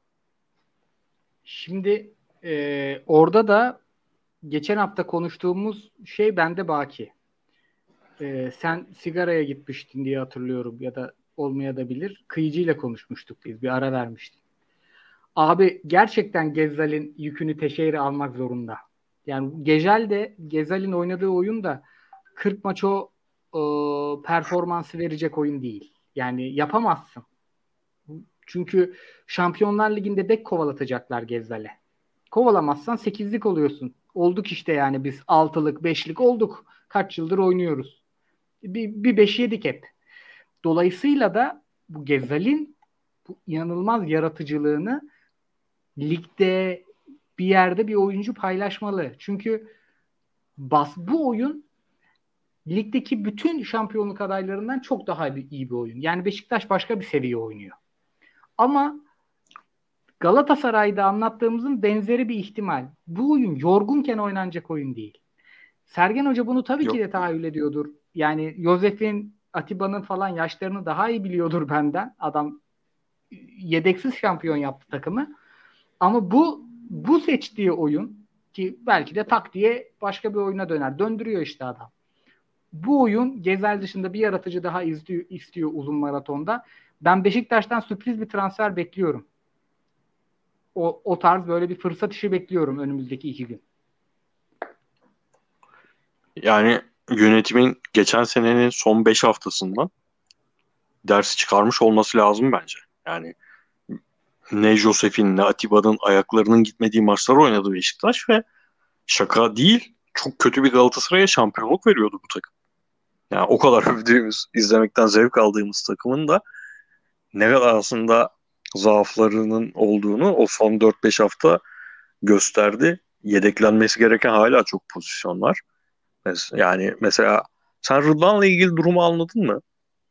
Şimdi e, orada da geçen hafta konuştuğumuz şey bende baki. E, sen sigaraya gitmiştin diye hatırlıyorum ya da olmaya da bilir. Kıyıcıyla konuşmuştuk biz. Bir ara vermiştik. Abi gerçekten Gezzal'in yükünü Teşeire almak zorunda. Yani Gezel de Gezal'in oynadığı oyun da kırk maç o e, performansı verecek oyun değil. Yani yapamazsın. Çünkü Şampiyonlar Ligi'nde bek kovalatacaklar Gezzal'e. Kovalamazsan sekizlik oluyorsun. Olduk işte yani biz altılık, beşlik olduk. Kaç yıldır oynuyoruz. Bir, bir beş yedik hep. Dolayısıyla da bu Gezzal'in bu inanılmaz yaratıcılığını ligde bir yerde bir oyuncu paylaşmalı. Çünkü bas bu oyun ligdeki bütün şampiyonluk adaylarından çok daha bir, iyi bir oyun. Yani Beşiktaş başka bir seviye oynuyor. Ama Galatasaray'da anlattığımızın benzeri bir ihtimal. Bu oyun yorgunken oynanacak oyun değil. Sergen Hoca bunu tabii ki Yok. de tahayyül ediyordur. Yani Josef'in, Atiba'nın falan yaşlarını daha iyi biliyordur benden. Adam yedeksiz şampiyon yaptı takımı. Ama bu Bu seçtiği oyun ki belki de tak diye başka bir oyuna döner. Döndürüyor işte adam. Bu oyun Gezel dışında bir yaratıcı daha istiyor, istiyor uzun maratonda. Ben Beşiktaş'tan sürpriz bir transfer bekliyorum. O, o tarz böyle bir fırsat işi bekliyorum önümüzdeki iki gün. Yani yönetimin geçen senenin son beş haftasından dersi çıkarmış olması lazım bence. Yani ne Josef'in ne Atiba'nın ayaklarının gitmediği maçlar oynadı Beşiktaş ve şaka değil, çok kötü bir Galatasaray'a şampiyonluk veriyordu bu takım. Yani o kadar övdüğümüz, izlemekten zevk aldığımız takımın da ne kadar aslında zaaflarının olduğunu o son dört beş hafta gösterdi. Yedeklenmesi gereken hala çok pozisyon var. Yani mesela sen Rıdvan'la ilgili durumu anladın mı?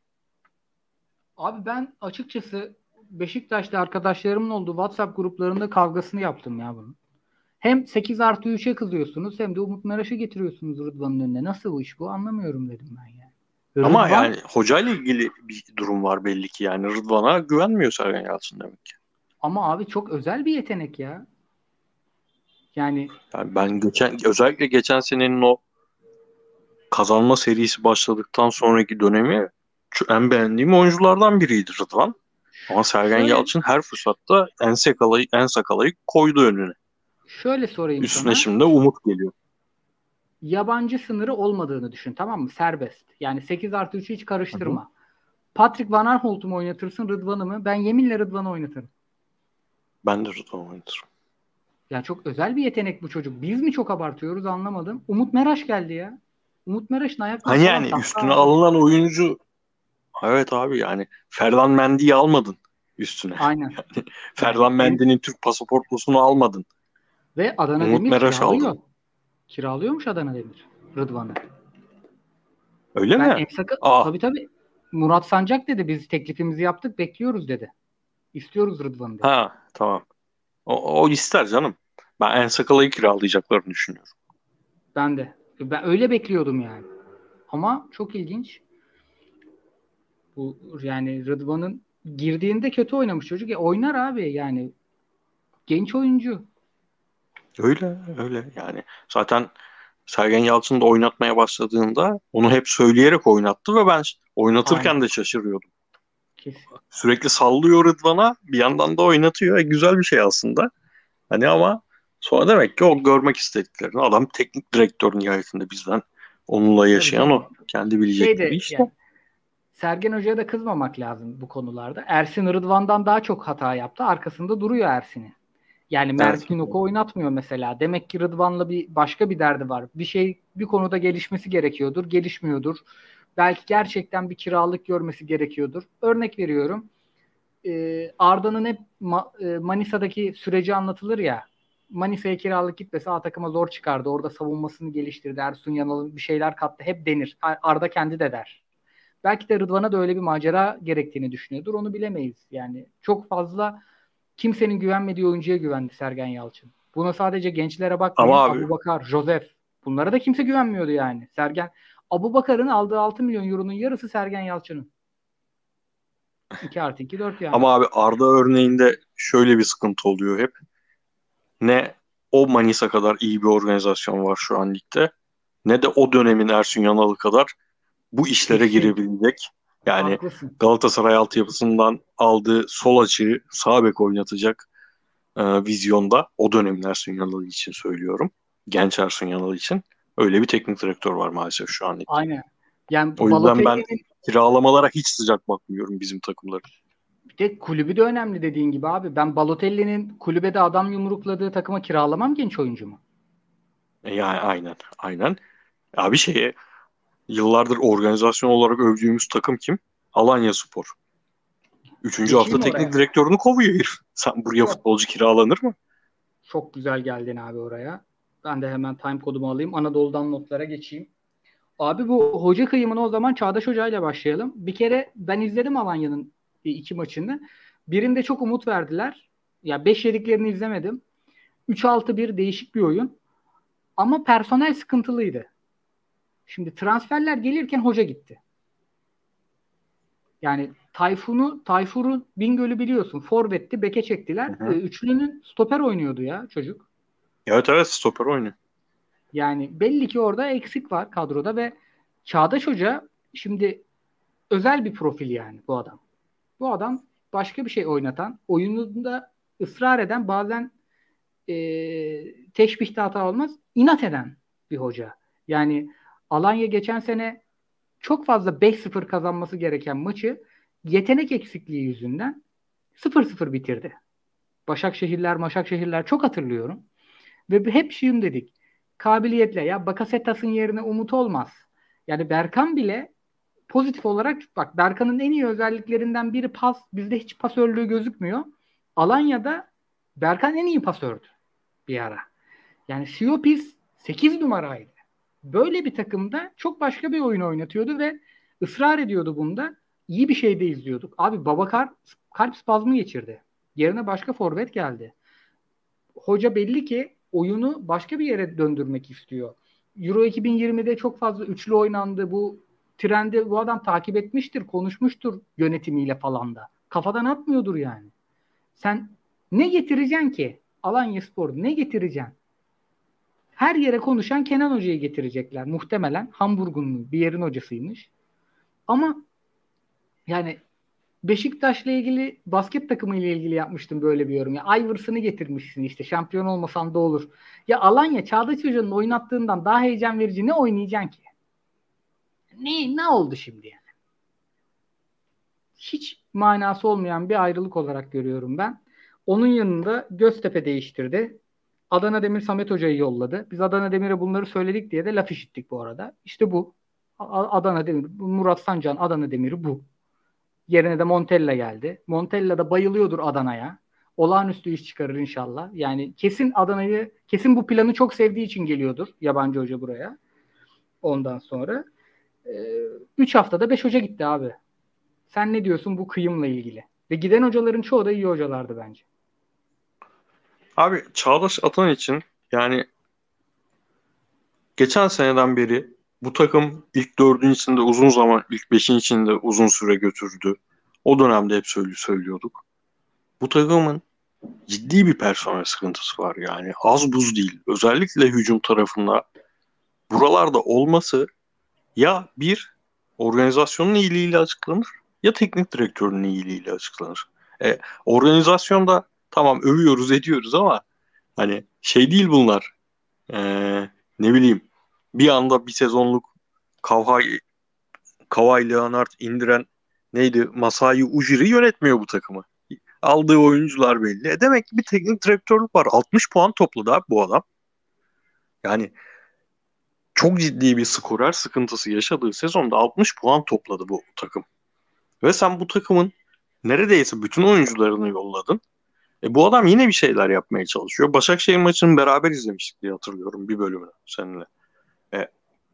Abi ben açıkçası Beşiktaş'ta arkadaşlarımın olduğu WhatsApp gruplarında kavgasını yaptım ya bunun. Hem sekiz artı üçe kızıyorsunuz hem de Umut Meraş'ı getiriyorsunuz Rıdvan'ın önüne. Nasıl bu iş bu anlamıyorum dedim ben yani. Ama Rıdvan yani hocayla ilgili bir durum var belli ki. Yani Rıdvan'a güvenmiyor Sergen Yalçın demek ki. ama abi çok özel bir yetenek ya. Yani Yani ben geçen özellikle geçen senenin o kazanma serisi başladıktan sonraki dönemi şu en beğendiğim oyunculardan biriydi Rıdvan. Ama Sergen şöyle Yalçın her fırsatta en sakalayı en sakalayı koydu önüne. şöyle sorayım Üstüne sana. şimdi Umut geliyor. Yabancı sınırı olmadığını düşün, tamam mı? Serbest. Yani sekiz artı üçü hiç Hı hı. karıştırma. Patrick Van Aanholt'u mu oynatırsın Rıdvan'ı mı? Ben yeminle Rıdvan'ı oynatırım. Ben de Rıdvan oynatırım. Ya çok özel bir yetenek bu çocuk. Biz mi çok abartıyoruz anlamadım. Umut Meraş geldi ya. Umut Meraş'ın ayakları Hani falan yani tahta üstüne abi. alınan oyuncu evet abi yani Ferland Mendy'yi almadın üstüne. Aynen. Yani Ferland en, Mendy'nin Türk pasaportlusunu almadın. ve Adana Umut Demir Meraş aldın. kiralıyor. Kiralıyormuş Adana Demir Rıdvan'ı. Öyle Ben mi? Emsak'ı Aa, tabii tabii Murat Sancak dedi biz teklifimizi yaptık bekliyoruz dedi. İstiyoruz Rıdvan'ı dedi. ha tamam. O, o ister canım. Ben En Sakala'yı kiralayacaklarını düşünüyorum. Ben de. Ben öyle bekliyordum yani. Ama çok ilginç. Bu yani Rıdvan'ın girdiğinde kötü oynamış çocuk. E, oynar abi yani. Genç oyuncu. Öyle öyle yani. Zaten Sergen Yalçın da oynatmaya başladığında onu hep söyleyerek oynattı ve ben Aynen. oynatırken de şaşırıyordum. Kesin. Sürekli sallıyor Rıdvan'a bir yandan da oynatıyor. E, güzel bir şey aslında. Hani ama sonra demek ki o görmek istediklerini adam teknik direktör nihayetinde bizden onunla Tabii yaşayan canım. o. Kendi Şey bilecekleri de işte. yani Sergen Hoca'ya da kızmamak lazım bu konularda. Ersin Rıdvan'dan daha çok hata yaptı. Arkasında duruyor Ersin'in. Yani Evet. Mert Günok'u oynatmıyor mesela. Demek ki Rıdvan'la bir başka bir derdi var. Bir şey bir konuda gelişmesi gerekiyordur. Gelişmiyordur. Belki gerçekten bir kiralık görmesi gerekiyordur. Örnek veriyorum. Ee, Arda'nın hep Ma- e, Manisa'daki süreci anlatılır ya. Manisa'ya kiralık gitmese A takıma zor çıkardı. Orada savunmasını geliştirdi. Ersun Yanal'ın bir şeyler kattı. Hep denir. Arda kendi de der. Belki de Rıdvan'a da öyle bir macera gerektiğini düşünüyordur. Onu bilemeyiz. Yani çok fazla kimsenin güvenmediği oyuncuya güvendi Sergen Yalçın. Buna sadece gençlere Ama bakmayın. abi Abubakar, Josef. Bunlara da kimse güvenmiyordu yani. Sergen Abubakar'ın aldığı altı milyon euronun yarısı Sergen Yalçın'ın. iki artı iki dört yani. ama abi Arda örneğinde şöyle bir sıkıntı oluyor hep. Ne o Manisa kadar iyi bir organizasyon var şu an ligde, ne de o dönemin Ersun Yanal'ı kadar bu işlere Kesin. girebilecek. Yani Haklısın. Galatasaray altyapısından aldığı sol açığı sağ bek oynatacak e, vizyonda o dönemin Ersun Yanal için söylüyorum. Genç Ersun Yanal için öyle bir teknik direktör var maalesef şu an ligde. Aynen. Yani O yüzden ben Balotelli'nin kiralamalara hiç sıcak bakmıyorum bizim takımların. bir de kulübü de önemli dediğin gibi abi. Ben Balotelli'nin kulübede adam yumrukladığı takıma kiralamam genç oyuncu mu? E, yani aynen, aynen. Abi şeye yıllardır organizasyon olarak övdüğümüz takım kim? Alanyaspor. Üçüncü hafta Geçeyim teknik oraya. direktörünü kovuyor herif. Sen buraya Yok. futbolcu kiralanır mı? Çok güzel geldin abi oraya. Ben de hemen time kodumu alayım. Anadolu'dan notlara geçeyim. Abi bu hoca kıyımına o zaman Çağdaş Hoca ile başlayalım. Bir kere ben izledim Alanya'nın iki maçını. Birinde çok umut verdiler. Ya beş yediklerini izlemedim. üç altı bir değişik bir oyun. Ama personel sıkıntılıydı. Şimdi transferler gelirken hoca gitti. Yani Tayfun'u, Tayfur'u Bingöl'ü biliyorsun. Forvet'ti, beke çektiler. Hı Ee, hı. üçlünün stoper oynuyordu ya çocuk. Evet evet, stoper oynuyor. Yani belli ki orada eksik var kadroda ve Çağdaş Hoca şimdi özel bir profil yani bu adam. Bu adam başka bir şey oynatan, oyununda ısrar eden, bazen e, teşbihte hata olmaz, inat eden bir hoca. Yani Alanya geçen sene çok fazla beş sıfır kazanması gereken maçı yetenek eksikliği yüzünden sıfır sıfır bitirdi. Başakşehirler, Maşakşehirler çok hatırlıyorum. Ve hep şunu dedik. Kabiliyetle ya Bakasetas'ın yerine Umut olmaz. Yani Berkan bile pozitif olarak bak Berkan'ın en iyi özelliklerinden biri pas. Bizde hiç pasörlüğü gözükmüyor. Alanya'da Berkan en iyi pasördü bir ara. Yani Siopis sekiz numaraydı. Böyle bir takımda çok başka bir oyun oynatıyordu ve ısrar ediyordu bunda. İyi bir şey de izliyorduk. Abi Babakar kalp spazmı geçirdi. Yerine başka forvet geldi. Hoca belli ki oyunu başka bir yere döndürmek istiyor. Euro iki bin yirmide çok fazla üçlü oynandı. Bu trendi bu adam takip etmiştir, konuşmuştur yönetimiyle falan da. Kafadan atmıyordur yani. Sen ne getireceksin ki? Alanyaspor ne getireceksin? Her yere konuşan Kenan Hoca'yı getirecekler muhtemelen. Hamburg'un bir yerin hocasıymış. Ama yani Beşiktaş'la ilgili basket takımı ile ilgili yapmıştım böyle bir yorum. Ya Iverson'ı getirmişsin işte şampiyon olmasan da olur. Ya Alanya Çağdaş Hoca'nın oynattığından daha heyecan verici ne oynayacaksın ki? Ne, ne oldu şimdi yani? Hiç manası olmayan bir ayrılık olarak görüyorum ben. Onun yanında Göztepe değiştirdi. Adana Demir Samet Hoca'yı yolladı. Biz Adana Demir'e bunları söyledik diye de laf işittik bu arada. İşte bu. A- Adana Demir, Murat Sancan Adana Demir'i bu. Yerine de Montella geldi. Montella da bayılıyordur Adana'ya. Olağanüstü iş çıkarır inşallah. Yani kesin Adana'yı, kesin bu planı çok sevdiği için geliyordur yabancı hoca buraya. Ondan sonra. Üç haftada beş hoca gitti abi. Sen ne diyorsun bu kıyımla ilgili? Ve giden hocaların çoğu da iyi hocalardı bence. Abi Çağdaş Atan için yani geçen seneden beri bu takım ilk dördün içinde uzun zaman, ilk beşin içinde uzun süre götürdü. O dönemde hep söyle- söylüyorduk. Bu takımın ciddi bir personel sıkıntısı var yani. Az buz değil. Özellikle hücum tarafında buralarda olması ya bir organizasyonun iyiliğiyle açıklanır ya teknik direktörün iyiliğiyle açıklanır. E, organizasyonda tamam övüyoruz ediyoruz ama hani şey değil bunlar. E, ne bileyim bir anda bir sezonluk Kawhi, Kawhi Leonard indiren neydi? Masai Ujiri yönetmiyor bu takımı. Aldığı oyuncular belli. E demek ki bir teknik direktörlük var. altmış puan topladı abi bu adam. Yani çok ciddi bir skorer sıkıntısı yaşadığı sezonda altmış puan topladı bu takım. Ve sen bu takımın neredeyse bütün oyuncularını yolladın. E bu adam yine bir şeyler yapmaya çalışıyor. Başakşehir maçını beraber izlemiştik diye hatırlıyorum bir bölümünü seninle. E,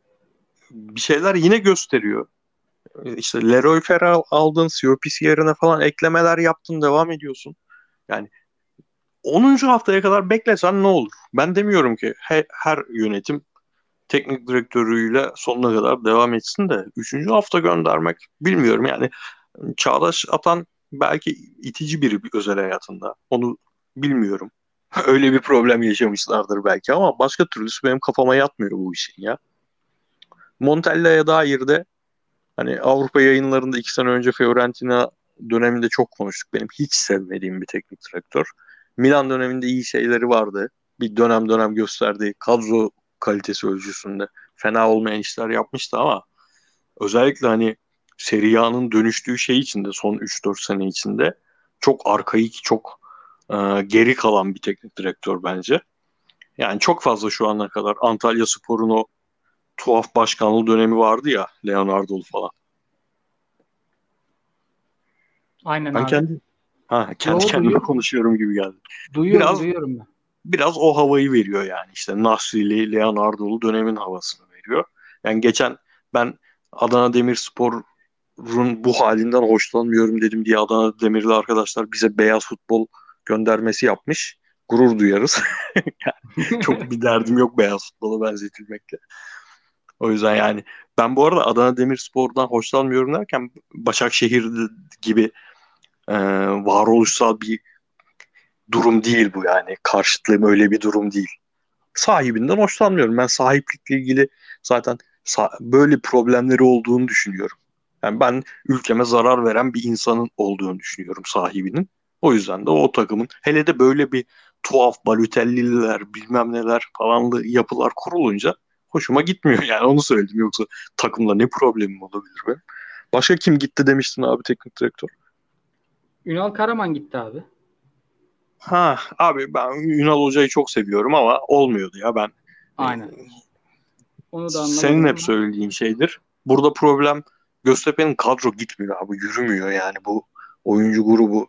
bir şeyler yine gösteriyor. E, işte Leroy Ferrell aldın, Siopis yerine falan eklemeler yaptın, devam ediyorsun. Yani onuncu haftaya kadar beklesen ne olur? Ben demiyorum ki he- her yönetim teknik direktörüyle sonuna kadar devam etsin de üçüncü hafta göndermek bilmiyorum yani. Çağdaş Atan belki itici biri bir özel hayatında. Onu bilmiyorum. Öyle bir problem yaşamışlardır belki ama başka türlüsü benim kafama yatmıyor bu işin ya. Montella'ya dair de hani Avrupa yayınlarında iki sene önce Fiorentina döneminde çok konuştuk. Benim hiç sevmediğim bir teknik direktör. Milan döneminde iyi şeyleri vardı. Bir dönem dönem gösterdiği kadro kalitesi ölçüsünde fena olmayan işler yapmıştı ama özellikle hani Serie A'nın dönüştüğü şey içinde son üç dört sene içinde çok arkaik, çok e, geri kalan bir teknik direktör bence. Yani çok fazla şu ana kadar Antalya Spor'un o tuhaf başkanlığı dönemi vardı ya, Leonardo'lu falan. Aynen Ben abi. kendi ha kendi Yo kendime duyuyor, konuşuyorum gibi geldi. duyuyorum Biraz duyuyorum ben. biraz o havayı veriyor yani işte Nasri'li, Leonardo'lu dönemin havasını veriyor. Yani geçen ben Adana Demirspor'un bu halinden hoşlanmıyorum dedim diye Adana Demirli arkadaşlar bize beyaz futbol göndermesi yapmış. Gurur duyarız. Yani çok bir derdim yok beyaz futbola benzetilmekle. O yüzden yani ben bu arada Adana Demirspor'dan hoşlanmıyorum derken Başakşehir gibi e, varoluşsal bir durum değil bu yani. Karşıtlığım öyle bir durum değil. Sahibinden hoşlanmıyorum. Ben sahiplikle ilgili zaten sa- böyle problemleri olduğunu düşünüyorum. Yani ben ülkeme zarar veren bir insanın olduğunu düşünüyorum sahibinin. O yüzden de o takımın hele de böyle bir tuhaf Balotelli'ler bilmem neler falanlı yapılar kurulunca hoşuma gitmiyor yani onu söyledim. Yoksa takımla ne problemim olabilir benim? Başka kim gitti demiştin abi teknik direktör? Ünal Karaman gitti abi. Ha abi ben Ünal Hoca'yı çok seviyorum ama olmuyordu ya ben. e, Aynen. Onu da Senin anlamadım hep ama söylediğin şeydir. Burada problem Göztepe'nin kadro gitmiyor abi. Yürümüyor yani bu oyuncu grubu.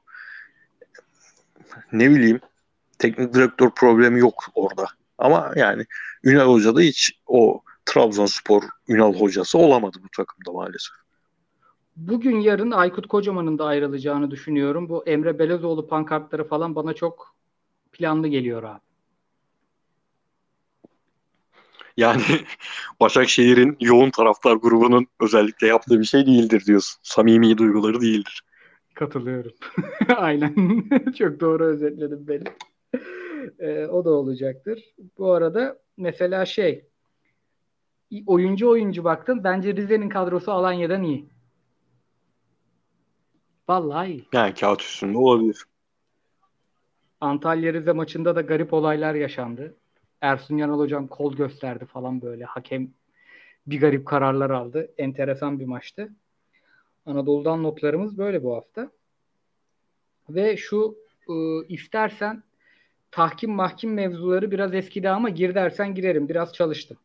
Ne bileyim teknik direktör problemi yok orada. Ama yani Ünal Hoca da hiç o Trabzonspor Ünal hocası olamadı bu takımda maalesef. bugün yarın Aykut Kocaman'ın da ayrılacağını düşünüyorum. Bu Emre Belezoğlu pankartları falan bana çok planlı geliyor abi. Yani Başakşehir'in yoğun taraftar grubunun özellikle yaptığı bir şey değildir diyorsun. Samimi duyguları değildir. Katılıyorum. Aynen. Çok doğru özetledin beni. Ee, o da olacaktır. Bu arada mesela şey oyuncu oyuncu baktım. Bence Rize'nin kadrosu Alanya'dan iyi. Vallahi iyi. Yani kağıt üstünde olabilir. Antalya Rize maçında da garip olaylar yaşandı. Ersun Yanal hocam kol gösterdi falan böyle. Hakem bir garip kararlar aldı. Enteresan bir maçtı. Anadolu'dan notlarımız böyle bu hafta. Ve şu ıı, istersen tahkim mahkim mevzuları biraz eskidi ama gir dersen girerim. Biraz çalıştım.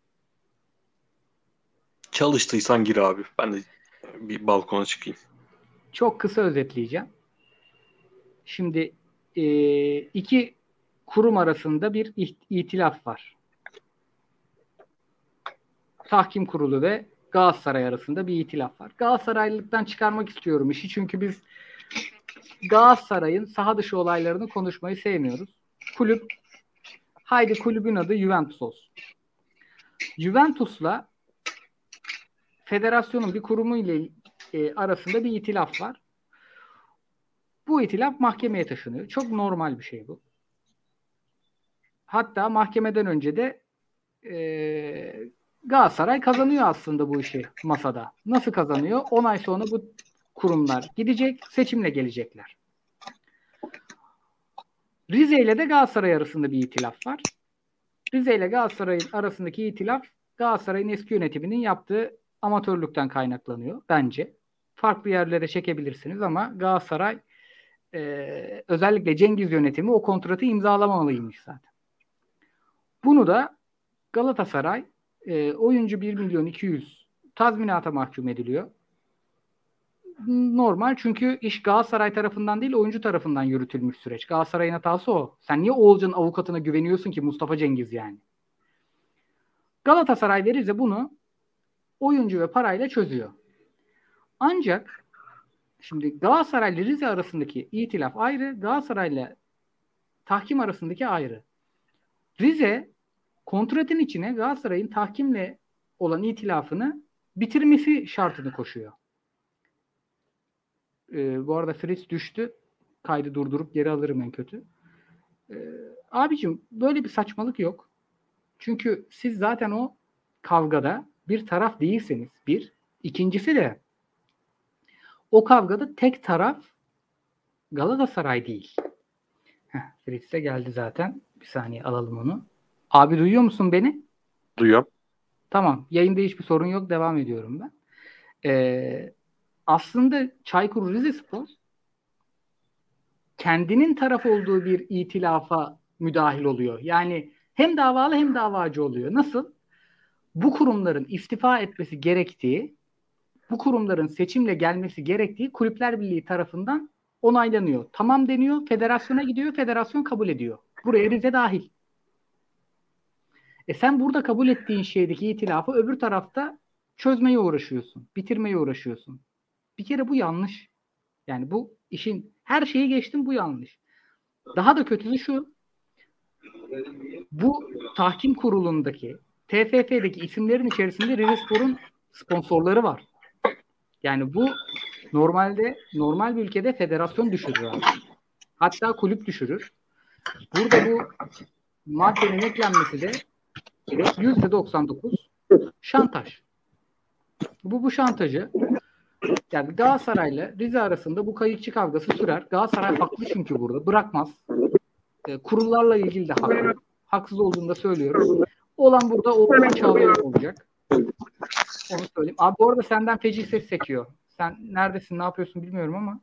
Çalıştıysan gir abi. Ben de bir balkona çıkayım. Çok kısa özetleyeceğim. Şimdi e, iki kurum arasında bir itilaf var. Tahkim Kurulu ve Galatasaray arasında bir itilaf var. Galatasaraylılıktan çıkarmak istiyorum işi. Çünkü biz Galatasaray'ın saha dışı olaylarını konuşmayı sevmiyoruz. Kulüp, haydi kulübün adı Juventus olsun. Juventus'la federasyonun bir kurumu ile e, arasında bir itilaf var. Bu itilaf mahkemeye taşınıyor. Çok normal bir şey bu. Hatta mahkemeden önce de e, Galatasaray kazanıyor aslında bu işi masada. Nasıl kazanıyor? on ay sonra bu kurumlar gidecek, seçimle gelecekler. Rize ile de Galatasaray arasında bir itilaf var. Rize ile Galatasaray'ın arasındaki itilaf Galatasaray'ın eski yönetiminin yaptığı amatörlükten kaynaklanıyor bence. Farklı yerlere çekebilirsiniz ama Galatasaray e, özellikle Cengiz yönetimi o kontratı imzalamalıymış zaten. Bunu da Galatasaray e, oyuncu bir milyon iki yüz tazminata mahkum ediliyor. Normal çünkü iş Galatasaray tarafından değil oyuncu tarafından yürütülmüş süreç. Galatasaray'ın hatası o. Sen niye Oğulcan'ın avukatına güveniyorsun ki Mustafa Cengiz yani? Galatasaray ve Rize bunu oyuncu ve parayla çözüyor. Ancak şimdi Galatasaray ile Rize arasındaki itilaf ayrı, Galatasaray ile tahkim arasındaki ayrı. Rize kontratın içine Galatasaray'ın tahkimle olan itilafını bitirmesi şartını koşuyor. Ee, bu arada Fritz düştü. Kaydı durdurup geri alırım en kötü. Ee, abicim böyle bir saçmalık yok. Çünkü siz zaten o kavgada bir taraf değilseniz bir. İkincisi de o kavgada tek taraf Galatasaray değil. Heh, Fritz de geldi zaten. Bir saniye alalım onu. Abi duyuyor musun beni? Duyuyorum. Tamam. Yayında hiçbir sorun yok. Devam ediyorum ben. Ee, aslında Çaykur Rizespor kendinin taraf olduğu bir itilafa müdahil oluyor. Yani hem davalı hem davacı oluyor. Nasıl? Bu kurumların istifa etmesi gerektiği, bu kurumların seçimle gelmesi gerektiği Kulüpler Birliği tarafından onaylanıyor. Tamam deniyor, federasyona gidiyor, federasyon kabul ediyor. Buraya Rize dahil. E sen burada kabul ettiğin şeydeki itilafı öbür tarafta çözmeye uğraşıyorsun, bitirmeye uğraşıyorsun. Bir kere bu yanlış. Yani bu işin her şeyi geçtim bu yanlış. Daha da kötüsü şu, bu tahkim kurulundaki T F F'deki isimlerin içerisinde Rizespor'un sponsorları var. Yani bu normalde normal bir ülkede federasyon düşürür abi. Hatta kulüp düşürür. Burada bu maddenin eklenmesi de yüzde doksan dokuz şantaj. Bu bu şantajı yani Galatasaray'la Rize arasında bu kayıkçı kavgası sürer. Galatasaray haklı çünkü burada. Bırakmaz. E, kurullarla ilgili de haklı. Haksız olduğunu da söylüyorum. Olan burada Oğuzhan Çağlayan olacak. Onu söyleyeyim. Abi bu arada senden feci ses sekiyor. Sen neredesin, ne yapıyorsun bilmiyorum ama.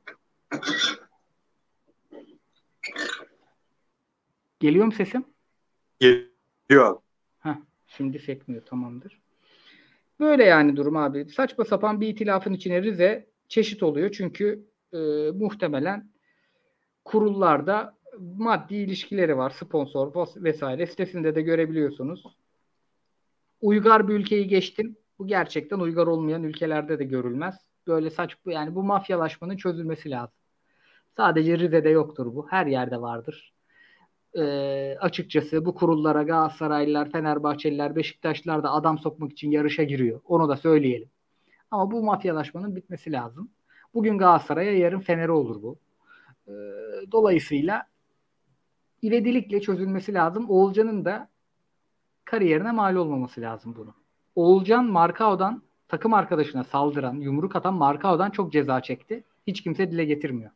Geliyor mu sesim? Geliyor abi. Heh, şimdi sekmiyor, tamamdır. Böyle yani durum abi. Saçma sapan bir itilafın içine Rize çeşit oluyor. Çünkü e, muhtemelen kurullarda maddi ilişkileri var. Sponsor vesaire. Sitesinde de görebiliyorsunuz. Uygar bir ülkeyi geçtim. Bu gerçekten uygar olmayan ülkelerde de görülmez. Böyle saçma yani bu mafyalaşmanın çözülmesi lazım. Sadece Rize'de yoktur bu. Her yerde vardır. Ee, açıkçası bu kurullara Galatasaraylılar, Fenerbahçeliler, Beşiktaşlılar da adam sokmak için yarışa giriyor. Onu da söyleyelim. Ama bu mafyalaşmanın bitmesi lazım. Bugün Galatasaray'a, yarın Fener'e olur bu. Ee, dolayısıyla ivedilikle çözülmesi lazım. Oğulcan'ın da kariyerine mal olmaması lazım bunu. Oğulcan Markao'dan takım arkadaşına saldıran, yumruk atan Markao'dan çok ceza çekti. Hiç kimse dile getirmiyor.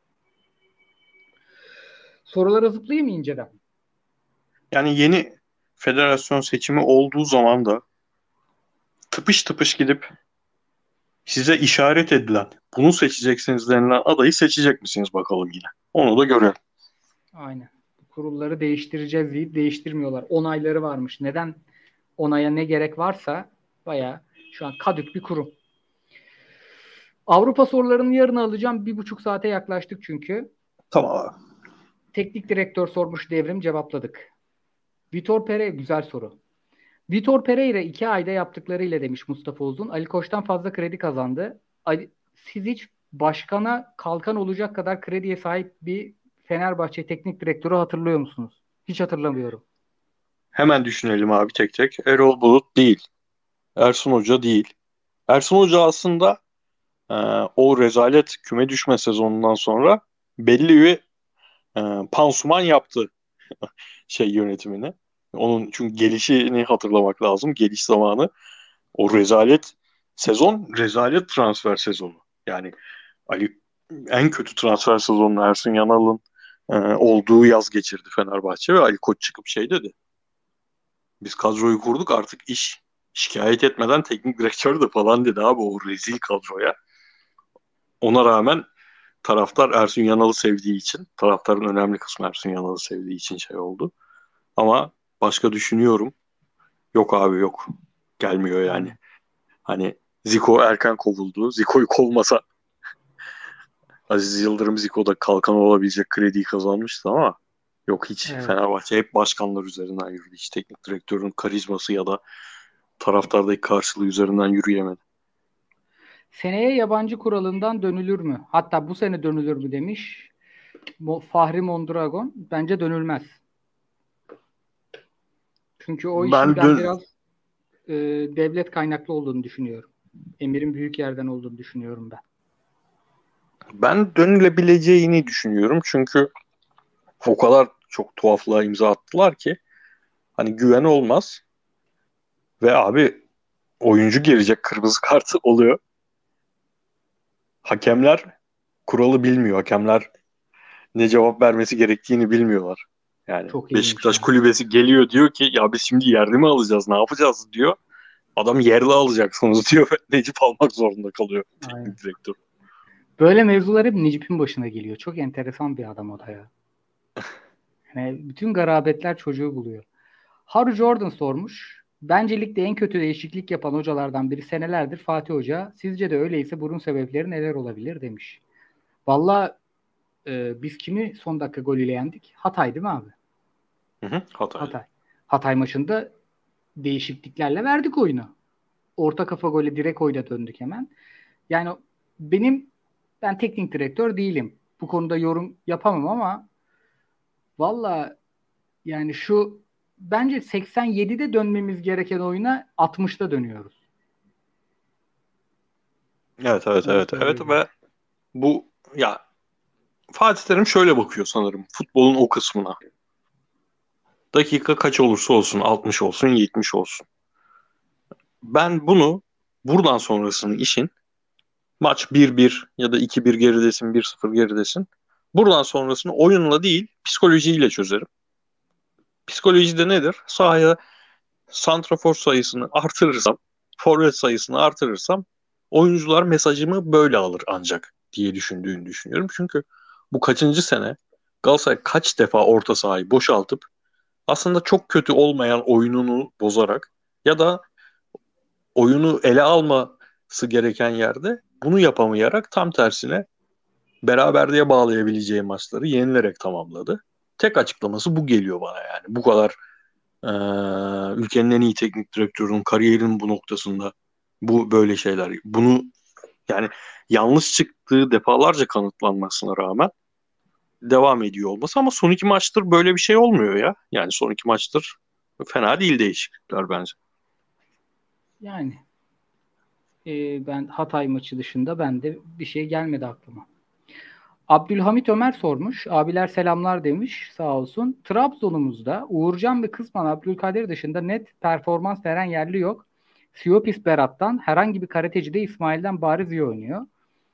Sorulara zıplayayım mı inceden? Yani yeni federasyon seçimi olduğu zaman da tıpış tıpış gidip size işaret edilen, bunu seçeceksiniz denilen adayı seçecek misiniz bakalım yine. Onu da görelim. Aynen. Kurulları değiştireceğiz deyip değiştirmiyorlar. Onayları varmış. Neden onaya ne gerek varsa bayağı şu an kadük bir kurum. Avrupa sorularının yarını alacağım. Bir buçuk saate yaklaştık çünkü. Tamam abi. Teknik direktör sormuş, Devrim, cevapladık. Vitor Pereira, güzel soru. Vitor Pereira iki ayda yaptıklarıyla demiş Mustafa Uzun. Ali Koç'tan fazla kredi kazandı. Ali, siz hiç başkana kalkan olacak kadar krediye sahip bir Fenerbahçe teknik direktörü hatırlıyor musunuz? Hiç hatırlamıyorum. Hemen düşünelim abi tek tek. Erol Bulut değil. Ersun Hoca değil. Ersun Hoca aslında e, o rezalet küme düşme sezonundan sonra belli bir e, pansuman yaptı şey yönetimine. Onun çünkü gelişini hatırlamak lazım. Geliş zamanı. O rezalet sezon rezalet transfer sezonu. Yani Ali en kötü transfer sezonunu Ersun Yanal'ın e, olduğu yaz geçirdi Fenerbahçe ve Ali Koç çıkıp şey dedi. Biz kadroyu kurduk artık iş şikayet etmeden teknik direktör de falan dedi abi o rezil kadroya. Ona rağmen taraftar Ersun Yanal'ı sevdiği için, taraftarın önemli kısmı Ersun Yanal'ı sevdiği için şey oldu. Ama başka düşünüyorum. Yok abi yok. Gelmiyor yani. Aynen. Hani Zico erken kovuldu. Zico'yu kovmasa Aziz Yıldırım Zico'da kalkan olabilecek krediyi kazanmıştı ama yok hiç. Evet. Fenerbahçe hep başkanlar üzerinden yürüdü. Hiç teknik direktörün karizması ya da taraftardaki karşılığı üzerinden yürüyemedi. Seneye yabancı kuralından dönülür mü? Hatta bu sene dönülür mü demiş Mo- Fahri Mondragon. Bence dönülmez. Çünkü o işin Ben ben dün biraz e, devlet kaynaklı olduğunu düşünüyorum. Emirin büyük yerden olduğunu düşünüyorum ben. ben dönülebileceğini düşünüyorum. Çünkü o kadar çok tuhaflığa imza attılar ki hani güven olmaz ve abi oyuncu girecek kırmızı kartı oluyor. Hakemler kuralı bilmiyor. Hakemler ne cevap vermesi gerektiğini bilmiyorlar. Yani Çok ilginç Beşiktaş ya. kulübesi geliyor diyor ki ya biz şimdi yerli mi alacağız ne yapacağız diyor. Adam yerli alacaksınız diyor ve Necip almak zorunda kalıyor Aynen. teknik direktör. Böyle mevzular hep Necip'in başına geliyor. Çok enteresan bir adam o da ya. Yani bütün garabetler çocuğu buluyor. Haru Jordan sormuş. Bence ligde en kötü değişiklik yapan hocalardan biri senelerdir Fatih Hoca. Sizce de öyleyse bunun sebepleri neler olabilir demiş. Valla e, biz kimi son dakika golüyle yendik? Hatay değil mi abi? Hı hı, Hatay'da. Hatay. Hatay maçında değişikliklerle verdik oyunu. Orta kafa golü direkt oyuna döndük hemen. Yani benim ben teknik direktör değilim. Bu konuda yorum yapamam ama valla yani şu bence seksen yedide dönmemiz gereken oyuna altmışta dönüyoruz. Evet evet Onu evet evet söyleyebilirim. ve bu ya Fatih Terim şöyle bakıyor sanırım futbolun o kısmına. Dakika kaç olursa olsun, altmış olsun, yetmiş olsun. Ben bunu buradan sonrasını işin maç bir bir ya da iki bir geridesin, bir sıfır geridesin. Buradan sonrasını oyunla değil, psikolojiyle çözerim. Psikoloji de nedir? Sahaya santrafor sayısını artırırsam, forvet sayısını artırırsam oyuncular mesajımı böyle alır ancak diye düşündüğünü düşünüyorum. Çünkü bu kaçıncı sene Galatasaray kaç defa orta sahayı boşaltıp aslında çok kötü olmayan oyununu bozarak ya da oyunu ele alması gereken yerde bunu yapamayarak tam tersine beraberliğe bağlayabileceği maçları yenilerek tamamladı. Tek açıklaması bu geliyor bana yani. Bu kadar e, ülkenin en iyi teknik direktörünün kariyerinin bu noktasında bu böyle şeyler. Bunu yani yanlış çıktığı defalarca kanıtlanmasına rağmen devam ediyor olması ama son iki maçtır böyle bir şey olmuyor ya. Yani son iki maçtır fena değil değişiklikler bence. Yani e, ben Hatay maçı dışında ben de bir şey gelmedi aklıma. Abdülhamit Ömer sormuş. Abiler selamlar demiş. Sağ olsun. Trabzon'umuzda Uğurcan ve kısmen Abdülkadir dışında net performans veren yerli yok. Siopis Berat'tan herhangi bir karateci de İsmail'den bariz iyi oynuyor.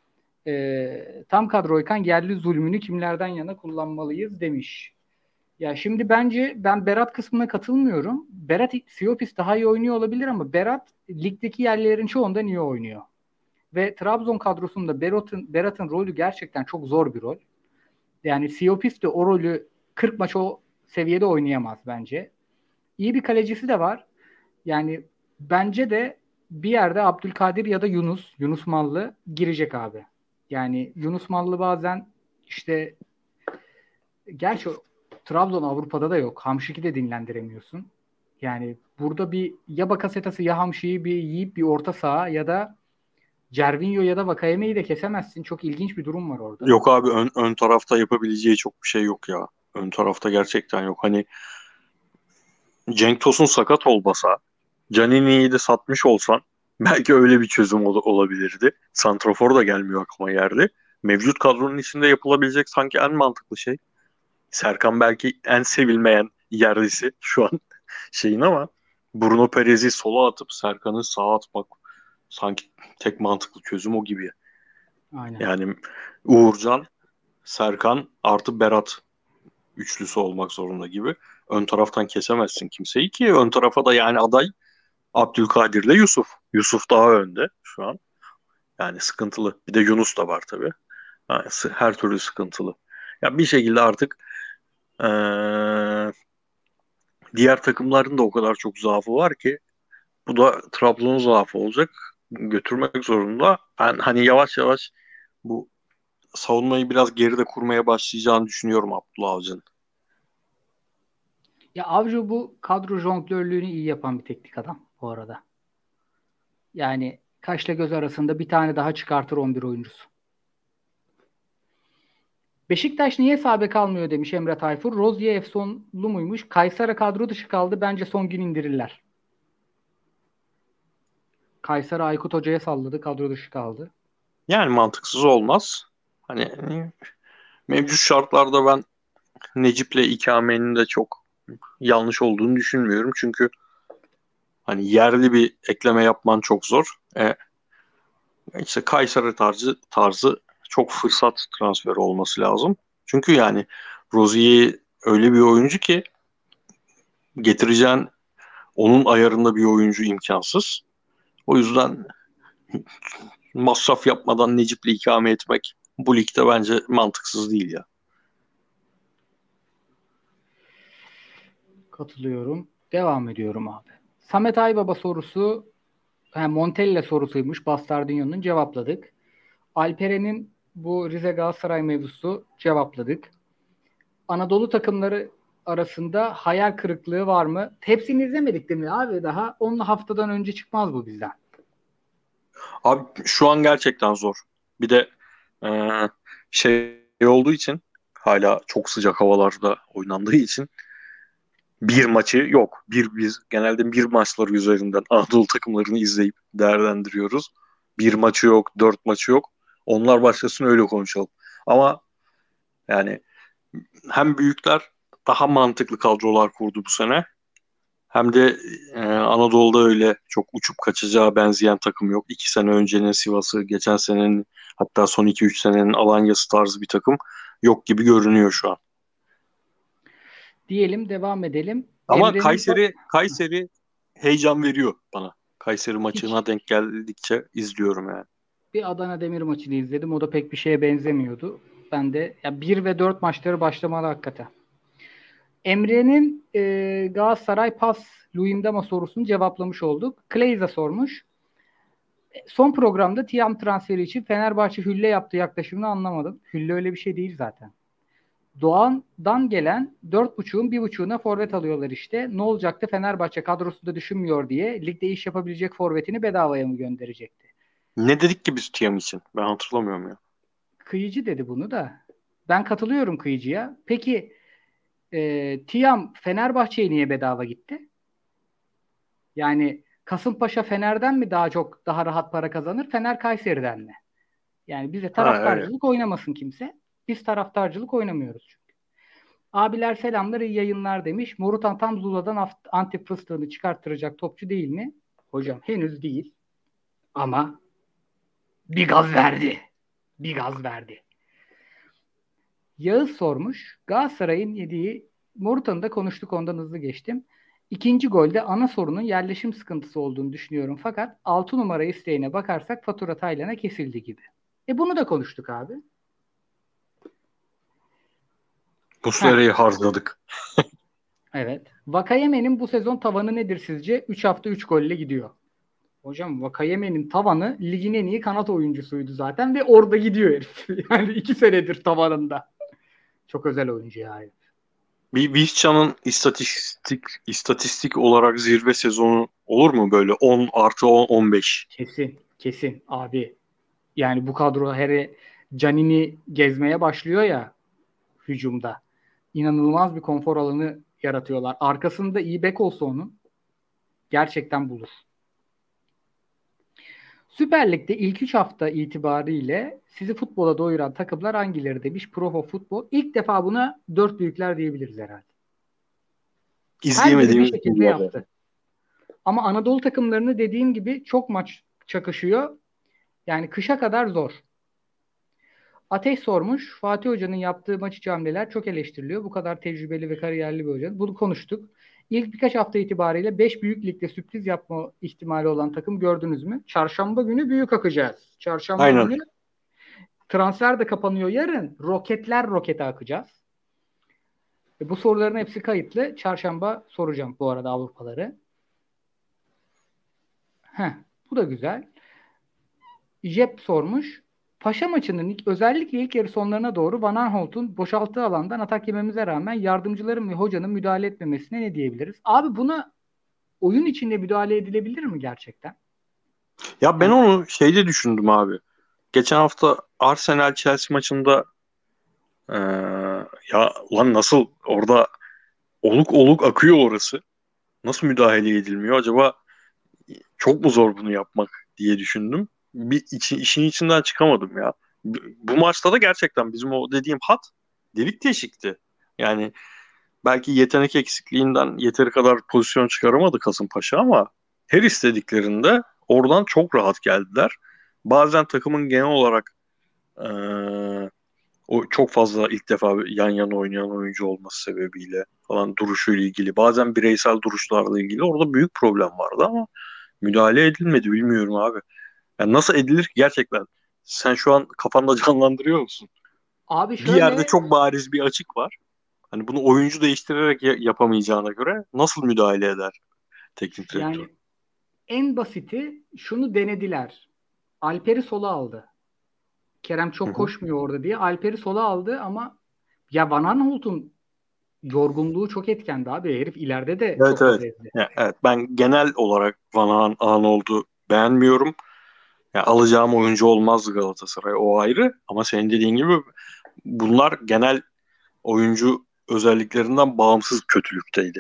Ee, tam kadroyken yerli zulmünü kimlerden yana kullanmalıyız demiş. Ya şimdi bence ben Berat kısmına katılmıyorum. Berat Siopis daha iyi oynuyor olabilir ama Berat ligdeki yerlilerin çoğundan iyi oynuyor. Ve Trabzon kadrosunda Berat'ın Berat'ın rolü gerçekten çok zor bir rol. Yani Siopis de o rolü kırk maç o seviyede oynayamaz bence. İyi bir kalecisi de var. Yani bence de bir yerde Abdülkadir ya da Yunus, Yunus Mallı girecek abi. Yani Yunus Mallı bazen işte gerçi Trabzon Avrupa'da da yok. Hamşik'i de dinlendiremiyorsun. Yani burada bir ya Bakasetas'ı ya Hamşik'i bir yiyip bir orta saha ya da Cervinho ya da Vakayeme'yi de kesemezsin. Çok ilginç bir durum var orada. Yok abi ön, ön tarafta yapabileceği çok bir şey yok ya. Ön tarafta gerçekten yok. Hani Cenk Tosun sakat olmasa, Canini'yi de satmış olsan belki öyle bir çözüm ol- olabilirdi. Santrafor da gelmiyor aklıma yerde. Mevcut kadronun içinde yapılabilecek sanki en mantıklı şey. Serkan belki en sevilmeyen yerlisi şu an şeyin ama Bruno Perez'i sola atıp Serkan'ı sağa atmak sanki tek mantıklı çözüm o gibi. Aynen. Yani Uğurcan, Serkan artı Berat üçlüsü olmak zorunda gibi. Ön taraftan kesemezsin kimseyi ki ön tarafa da yani aday Abdülkadir'le Yusuf. Yusuf daha önde şu an. Yani sıkıntılı. Bir de Yunus da var tabii. Yani her türlü sıkıntılı. Ya bir şekilde artık ee, diğer takımların da o kadar çok zaafı var ki bu da Trabzon'un zaafı olacak. Götürmek zorunda. Ben hani yavaş yavaş bu savunmayı biraz geride kurmaya başlayacağını düşünüyorum Abdullah Avcı'nın. Ya Avcı bu kadro jonglörlüğünü iyi yapan bir teknik adam bu arada. Yani kaşla göz arasında bir tane daha çıkartır on bir oyuncusu. Beşiktaş niye sabe kalmıyor demiş Emre Tayfur. Rozier efsunlu muymuş? Kayseri kadro dışı kaldı. Bence son gün indirirler. Kayseri Aykut Hoca'ya salladı. Kadro dışı kaldı. Yani mantıksız olmaz. Hani mevcut şartlarda ben Necip'le ikamenin de çok yanlış olduğunu düşünmüyorum. Çünkü hani yerli bir ekleme yapman çok zor. E, işte Kayseri tarzı tarzı çok fırsat transferi olması lazım. Çünkü yani Rozier öyle bir oyuncu ki getireceğin onun ayarında bir oyuncu imkansız. O yüzden masraf yapmadan Necip'le ikame etmek bu ligde bence mantıksız değil ya. Katılıyorum. Devam ediyorum abi. Samet Aybaba sorusu yani Montella sorusuymuş. Bastardinho'nun cevapladık. Alperen'in bu Rize Galatasaray mevzusu cevapladık. Anadolu takımları arasında hayal kırıklığı var mı? Hepsini izlemedik değil mi abi? Daha on haftadan önce çıkmaz bu bizden. Abi şu an gerçekten zor. Bir de e, şey olduğu için hala çok sıcak havalarda oynandığı için bir maçı yok. Bir biz genelde bir maçları üzerinden Anadolu takımlarını izleyip değerlendiriyoruz. Bir maçı yok, dört maçı yok. Onlar başlasın öyle konuşalım. Ama yani hem büyükler daha mantıklı kadrolar kurdu bu sene. Hem de e, Anadolu'da öyle çok uçup kaçacağı benzeyen takım yok. İki sene öncenin Sivas'ı, geçen senenin hatta son iki üç senenin Alanya'sı tarzı bir takım yok gibi görünüyor şu an. Diyelim, devam edelim. Ama Emre'nin ba- Kayseri Kayseri heyecan veriyor bana. Kayseri hiç maçına denk geldikçe izliyorum yani. bir Adana Demir maçını izledim. O da pek bir şeye benzemiyordu. Ben de ya bir ve dört maçları başlamalı hakikaten. Emre'nin e, Galatasaray pas Luyendama sorusunu cevaplamış olduk. Kleiza sormuş. Son programda Tiam transferi için Fenerbahçe hülle yaptığı yaklaşımını anlamadım. Hülle öyle bir şey değil zaten. Doğan'dan gelen dört buçuğun bir buçuğuna forvet alıyorlar işte. Ne olacaktı? Fenerbahçe kadrosunda düşünmüyor diye ligde iş yapabilecek forvetini bedavaya mı gönderecekti? Ne dedik ki biz Tiam için? Ben hatırlamıyorum ya. Kıyıcı dedi bunu da. Ben katılıyorum Kıyıcı'ya. Peki e, Tiam Fenerbahçe'ye niye bedava gitti? Yani Kasımpaşa Fener'den mi daha çok daha rahat para kazanır? Fener Kayseri'den mi? Yani bize Ha öyle. taraftarcılık oynamasın kimse. Biz taraftarcılık oynamıyoruz çünkü. Abiler selamlar, iyi yayınlar demiş. Morutan tam Zula'dan Antep fıstığını çıkarttıracak topçu değil mi? Hocam henüz değil. Ama bir gaz verdi. Bir gaz verdi. Yağız sormuş. Galatasaray'ın yediği Morutan'ı da konuştuk, ondan hızlı geçtim. İkinci golde ana sorunun yerleşim sıkıntısı olduğunu düşünüyorum. Fakat altı numara isteğine bakarsak fatura Taylan'a kesildi gibi. E bunu da konuştuk abi. Heh, Muslera'yı harcadık. evet. Vakayeme'nin bu sezon tavanı nedir sizce? üç hafta üç golle gidiyor. Hocam Vakayeme'nin tavanı ligin en iyi kanat oyuncusuydu zaten ve orada gidiyor herif. Yani iki senedir tavanında. Çok özel oyuncu yani. Bir Vizca'nın istatistik istatistik olarak zirve sezonu olur mu böyle on artı on on beş? Kesin, kesin abi. Yani bu kadro hele Canini gezmeye başlıyor ya hücumda. İnanılmaz bir konfor alanı yaratıyorlar. Arkasında iyi bek olsa onun gerçekten bulur. Süper Lig'de ilk üç hafta itibariyle sizi futbola doyuran takımlar hangileri demiş Profo Futbol. İlk defa buna dört büyükler diyebiliriz herhalde. Her biri bir İzleyemediğimiz için şekilde diğerleri. yaptı. Ama Anadolu takımlarını dediğim gibi çok maç çakışıyor. Yani kışa kadar zor. Ateş sormuş. Fatih Hoca'nın yaptığı maç içi hamleler çok eleştiriliyor. Bu kadar tecrübeli ve kariyerli bir hoca. Bunu konuştuk. İlk birkaç hafta itibariyle beş büyük ligde sürpriz yapma ihtimali olan takım gördünüz mü? Çarşamba günü büyük akacağız. Çarşamba Aynen. günü transfer de kapanıyor yarın. Roketler rokete akacağız. E, bu soruların hepsi kayıtlı. Çarşamba soracağım bu arada Avrupaları. Heh, bu da güzel. Jep sormuş. Paşa maçının ilk, özellikle ilk yarı sonlarına doğru Van Aanholt'un boşalttığı alandan atak yememize rağmen yardımcıların ve hocanın müdahale etmemesine ne diyebiliriz? Abi buna oyun içinde müdahale edilebilir mi gerçekten? Ya ben Yani onu şeyde düşündüm abi. Geçen hafta Arsenal Chelsea maçında eee, ya ulan nasıl orada oluk oluk akıyor orası. Nasıl müdahale edilmiyor acaba, çok mu zor bunu yapmak diye düşündüm. Bir içi, işin içinden çıkamadım ya. Bu maçta da gerçekten bizim o dediğim hat delik deşikti. Yani belki yetenek eksikliğinden yeteri kadar pozisyon çıkaramadı Kasımpaşa ama her istediklerinde oradan çok rahat geldiler. Bazen takımın genel olarak eee, o çok fazla ilk defa yan yana oynayan oyuncu olması sebebiyle falan duruşuyla ilgili, bazen bireysel duruşlarla ilgili orada büyük problem vardı ama müdahale edilmedi, bilmiyorum abi. Yani nasıl edilir ki gerçekten? Sen şu an kafanda canlandırıyor musun? abi Bir yerde şöyle, çok bariz bir açık var. Hani bunu oyuncu değiştirerek ya- yapamayacağına göre nasıl müdahale eder teknik direktör? yani en basiti şunu denediler. Alper'i sola aldı. Kerem Hı çok hı. koşmuyor orada diye. Alper'i sola aldı ama ya Van Aanholt'un yorgunluğu çok etkendi abi. Herif ileride de Evet, çok evet. kafa ezdi. Ya, evet, ben genel olarak Van Aan- Aanholt'u beğenmiyorum. Ya, alacağım oyuncu olmazdı Galatasaray, o ayrı. Ama senin dediğin gibi bunlar genel oyuncu özelliklerinden bağımsız kötülükteydi.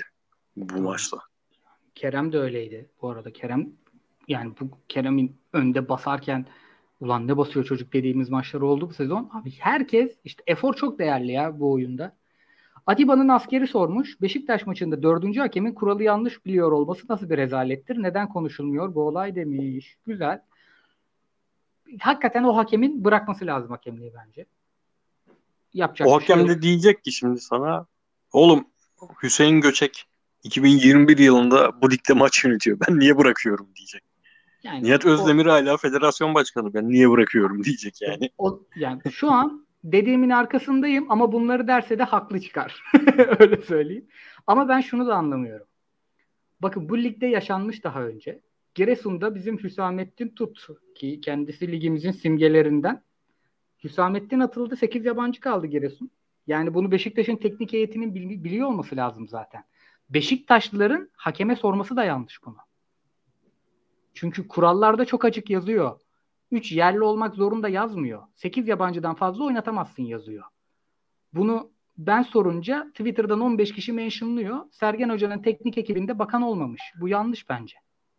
bu maçta. Kerem de öyleydi bu arada. Kerem yani bu Kerem'in önde basarken ulan ne basıyor çocuk dediğimiz maçlar oldu bu sezon. Abi herkes işte efor çok değerli ya bu oyunda. Atiba'nın askeri sormuş. Beşiktaş maçında dördüncü hakemin kuralı yanlış biliyor olması nasıl bir rezalettir? Neden konuşulmuyor bu olay demiş. Güzel. Hakikaten o hakemin bırakması lazım hakemliği bence. O Yapacak bir şey hakem yok. de diyecek ki şimdi sana, oğlum Hüseyin Göçek iki bin yirmi bir yılında bu ligde maç yönetiyor. Ben niye bırakıyorum diyecek. Yani Nihat o, Özdemir hala federasyon başkanı. Ben niye bırakıyorum diyecek yani. o yani şu an dediğimin arkasındayım ama bunları derse de haklı çıkar. Öyle söyleyeyim. Ama ben şunu da anlamıyorum. Bakın bu ligde yaşanmış daha önce. Giresun'da bizim Hüsamettin Tut ki kendisi ligimizin simgelerinden. Hüsamettin atıldı. sekiz yabancı kaldı Giresun. Yani bunu Beşiktaş'ın teknik heyetinin bil- biliyor olması lazım zaten. Beşiktaşlıların hakeme sorması da yanlış bunu. Çünkü kurallarda çok açık yazıyor. üç yerli olmak zorunda yazmıyor. sekiz yabancıdan fazla oynatamazsın yazıyor. Bunu ben sorunca Twitter'dan on beş kişi mentionlıyor. Sergen Hoca'nın teknik ekibinde bakan olmamış. Bu yanlış bence.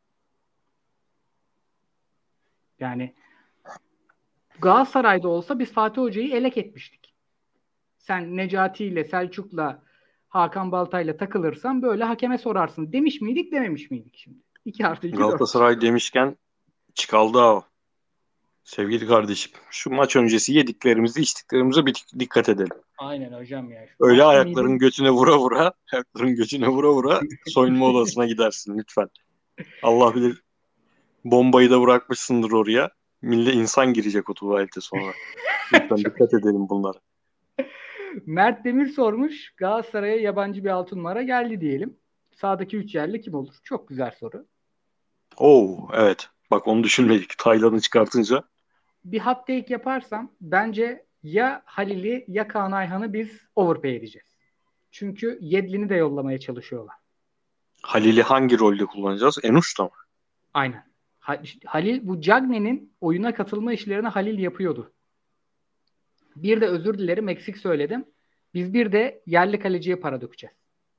Yani Galatasaray'da olsa biz Fatih Hoca'yı elek etmiştik. Sen Necati ile Selçuk'la Hakan Baltay'la takılırsan böyle hakeme sorarsın demiş miydik dememiş miydik şimdi? iki artı iki dört. Galatasaray demişken çıkaldı ha. Sevgili kardeşim, şu maç öncesi yediklerimizi içtiklerimize bir dikkat edelim. Aynen hocam ya. Şu Öyle maçta ayakların mide... götüne vura vura, ayakların götüne vura vura soyunma odasına gidersin lütfen. Allah bilir, bombayı da bırakmışsındır oraya. Millet insan girecek o tuvalete sonra. Lütfen dikkat edelim bunlara. Mert Demir sormuş. Galatasaray'a yabancı bir altın numara geldi diyelim. Sağdaki üç yerli kim olur? Çok güzel soru. Oo, evet. Bak onu düşünmedik. Taylan'ı çıkartınca. Bir hot take yaparsam bence ya Halil'i ya Kaan Ayhan'ı biz overpay edeceğiz. Çünkü Yedlin'i de yollamaya çalışıyorlar. Halil'i hangi rolde kullanacağız? En uçta mı? Aynen. Halil bu Cagney'in oyuna katılma işlerini Halil yapıyordu. Bir de özür dilerim eksik söyledim. Biz bir de yerli kaleciye para dökeceğiz.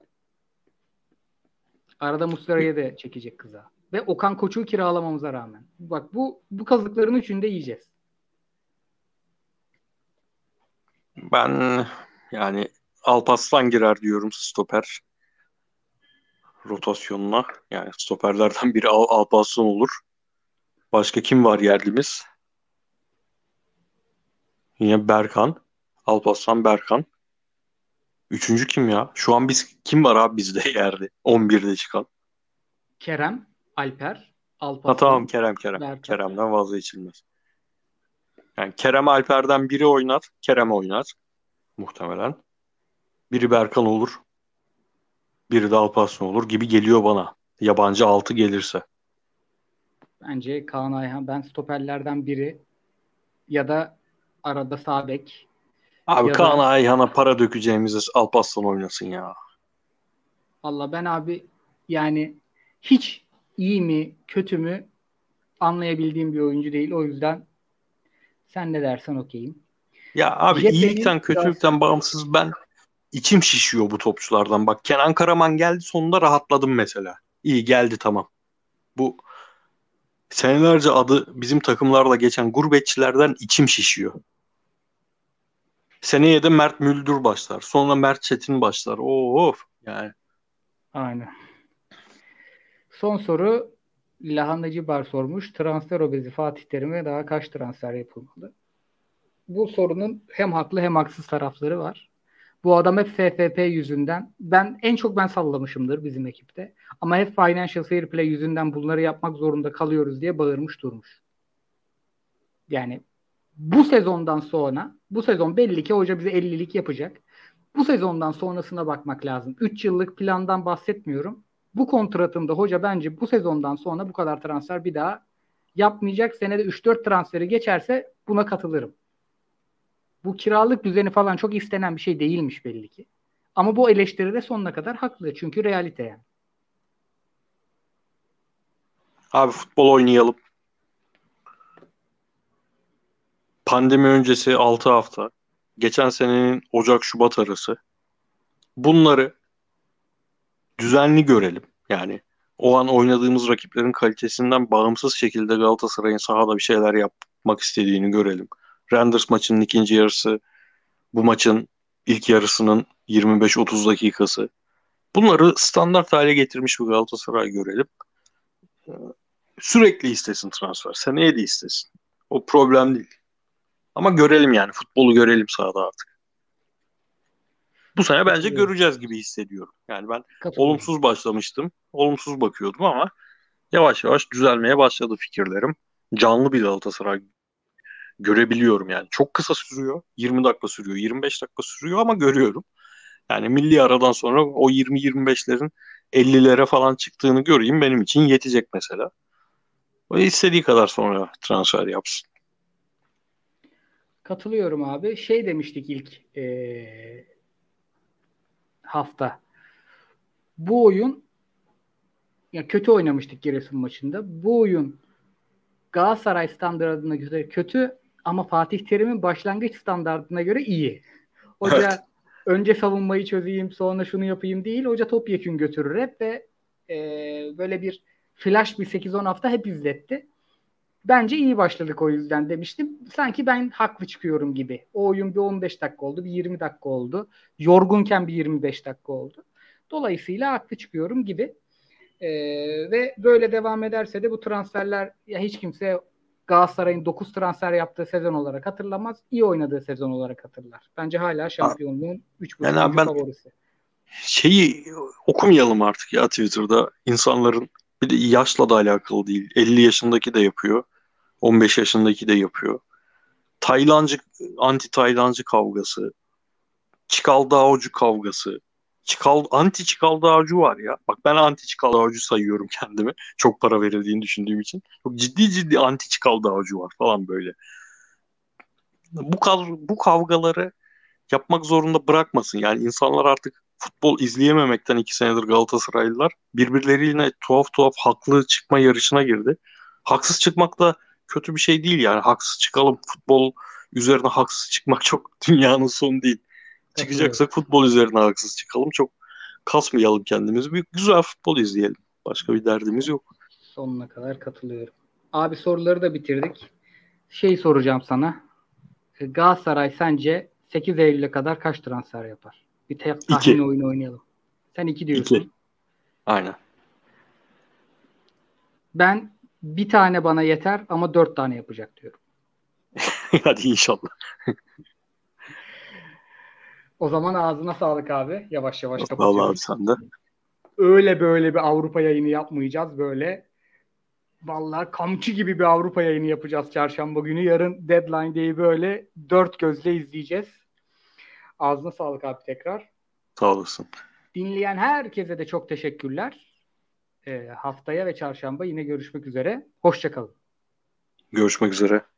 Arada Muslera'ya da çekecek kıza. Ve Okan Koçuk'u kiralamamıza rağmen. Bak bu bu kazıkların üçünü de yiyeceğiz. Ben yani Alparslan girer diyorum stoper rotasyonuna. Yani stoperlerden biri Al Alparslan olur. Başka kim var yerlimiz? Yine Berkan. Alparslan, Berkan. Üçüncü kim ya? Şu an biz kim var abi bizde yerde? on birde çıkan. Kerem, Alper, Ha tamam, Alparslan, Kerem Kerem. Berkan. Kerem'den vazgeçilmez. Yani Kerem Alper'den biri oynar. Kerem oynar muhtemelen. Biri Berkan olur. Biri de Alparslan olur gibi geliyor bana. Yabancı altı gelirse. Bence Kaan Ayhan. Ben stoperlerden biri ya da arada sağ bek Abi ya Kaan da Ayhan'a para dökeceğimize Alparslan oynasın ya. valla ben abi yani hiç iyi mi kötü mü anlayabildiğim bir oyuncu değil. O yüzden sen ne dersen okeyim. Ya abi Jepe'nin iyilikten kirası kötülükten bağımsız ben içim şişiyor bu topçulardan. Bak Kenan Karaman geldi, sonunda rahatladım mesela. İyi geldi, tamam. Bu senelerce adı bizim takımlarla geçen gurbetçilerden içim şişiyor. Seneye de Mert Müldür başlar. Sonra Mert Çetin başlar. Of yani. aynen. Son soru Lahandacı Bar sormuş. Transfer obezi Fatih Terim'e daha kaç transfer yapılmalı? Bu sorunun hem haklı hem haksız tarafları var. Bu adam hep F F P yüzünden. Ben en çok ben sallamışımdır bizim ekipte. Ama hep Financial Fair Play yüzünden bunları yapmak zorunda kalıyoruz diye bağırmış durmuş. Yani bu sezondan sonra bu sezon belli ki hoca bize ellilik yapacak. Bu sezondan sonrasına bakmak lazım. üç yıllık plandan bahsetmiyorum. Bu kontratında hoca bence bu sezondan sonra bu kadar transfer bir daha yapmayacak. Senede üç dört transferi geçerse buna katılırım. Bu kiralık düzeni falan çok istenen bir şey değilmiş belli ki. Ama bu eleştiride sonuna kadar haklı. Çünkü realite yani. Abi futbol oynayalım. Pandemi öncesi altı hafta. Geçen senenin Ocak-Şubat arası. Bunları düzenli görelim. Yani o an oynadığımız rakiplerin kalitesinden bağımsız şekilde Galatasaray'ın sahada bir şeyler yapmak istediğini görelim. Rangers maçının ikinci yarısı, bu maçın ilk yarısının yirmi beş otuz dakikası. Bunları standart hale getirmiş bir Galatasaray görelim. Sürekli istesin transfer. Seneye de istesin. O problem değil. Ama görelim yani. Futbolu görelim sahada artık. Bu sene bence Katılıyorum. göreceğiz gibi hissediyorum. Yani ben Katılıyorum. olumsuz başlamıştım. Olumsuz bakıyordum ama yavaş yavaş düzelmeye başladı fikirlerim. Canlı bir Galatasaray görebiliyorum yani. Çok kısa sürüyor. yirmi dakika sürüyor. yirmi beş dakika sürüyor ama görüyorum. Yani milli aradan sonra o yirmi yirmi beşlerin ellilere falan çıktığını göreyim benim için yetecek mesela. O istediği kadar sonra transfer yapsın. Katılıyorum abi. Şey demiştik ilk eee, hafta. Bu oyun, ya kötü oynamıştık Giresun maçında. Bu oyun Galatasaray standartına göre kötü ama Fatih Terim'in başlangıç standartına göre iyi. Evet. Hoca önce savunmayı çözeyim sonra şunu yapayım değil. Hoca topyekün götürür hep ve e, böyle bir flash bir sekiz on hafta hep izletti. Bence iyi başladık o yüzden demiştim. Sanki ben haklı çıkıyorum gibi. O oyun bir on beş dakika oldu, bir yirmi dakika oldu. Yorgunken bir yirmi beş dakika oldu. Dolayısıyla haklı çıkıyorum gibi. Ee, ve böyle devam ederse de bu transferler, ya hiç kimse Galatasaray'ın dokuz transfer yaptığı sezon olarak hatırlamaz. İyi oynadığı sezon olarak hatırlar. Bence hala şampiyonluğun üç buçuk Yani abi gücü ben favorisi. şeyi okumayalım artık ya Twitter'da. İnsanların bir de yaşla da alakalı değil. elli yaşındaki de yapıyor. on beş yaşındaki de yapıyor. Taylancı, anti Taylancı kavgası. Çikaldağcı kavgası. Çikal, anti Çikaldağcı var ya. Bak ben anti Çikaldağcı sayıyorum kendimi. Çok para verildiğini düşündüğüm için. Çok ciddi ciddi anti Çikaldağcı var falan böyle. Bu, kav- bu kavgaları yapmak zorunda bırakmasın. Yani insanlar artık futbol izleyememekten iki senedir Galatasaraylılar birbirleriyle tuhaf tuhaf haklı çıkma yarışına girdi. Haksız çıkmak da kötü bir şey değil yani. Haksız çıkalım. Futbol üzerine haksız çıkmak çok dünyanın sonu değil. Katılıyorum. Çıkacaksak futbol üzerine haksız çıkalım. Çok kasmayalım kendimizi. Bir güzel futbol izleyelim. Başka bir derdimiz yok. Sonuna kadar katılıyorum. Abi soruları da bitirdik. Şey soracağım sana. Galatasaray sence sekiz Eylül'e kadar kaç transfer yapar? Bir te- tahmin İki. oyunu oynayalım. Sen iki İki. diyorsun. Aynen. Ben bir tane bana yeter ama dört tane yapacak diyorum. Hadi inşallah. O zaman ağzına sağlık abi. Yavaş yavaş Vallahi abi kapatıyoruz. sen de. Öyle böyle bir Avrupa yayını yapmayacağız. Böyle vallahi kamçı gibi bir Avrupa yayını yapacağız çarşamba günü. Yarın Deadline Day'i böyle dört gözle izleyeceğiz. Ağzına sağlık abi tekrar. Sağ olasın. Dinleyen herkese de çok teşekkürler. Ee, haftaya ve çarşamba yine görüşmek üzere. Hoşçakalın. Görüşmek üzere.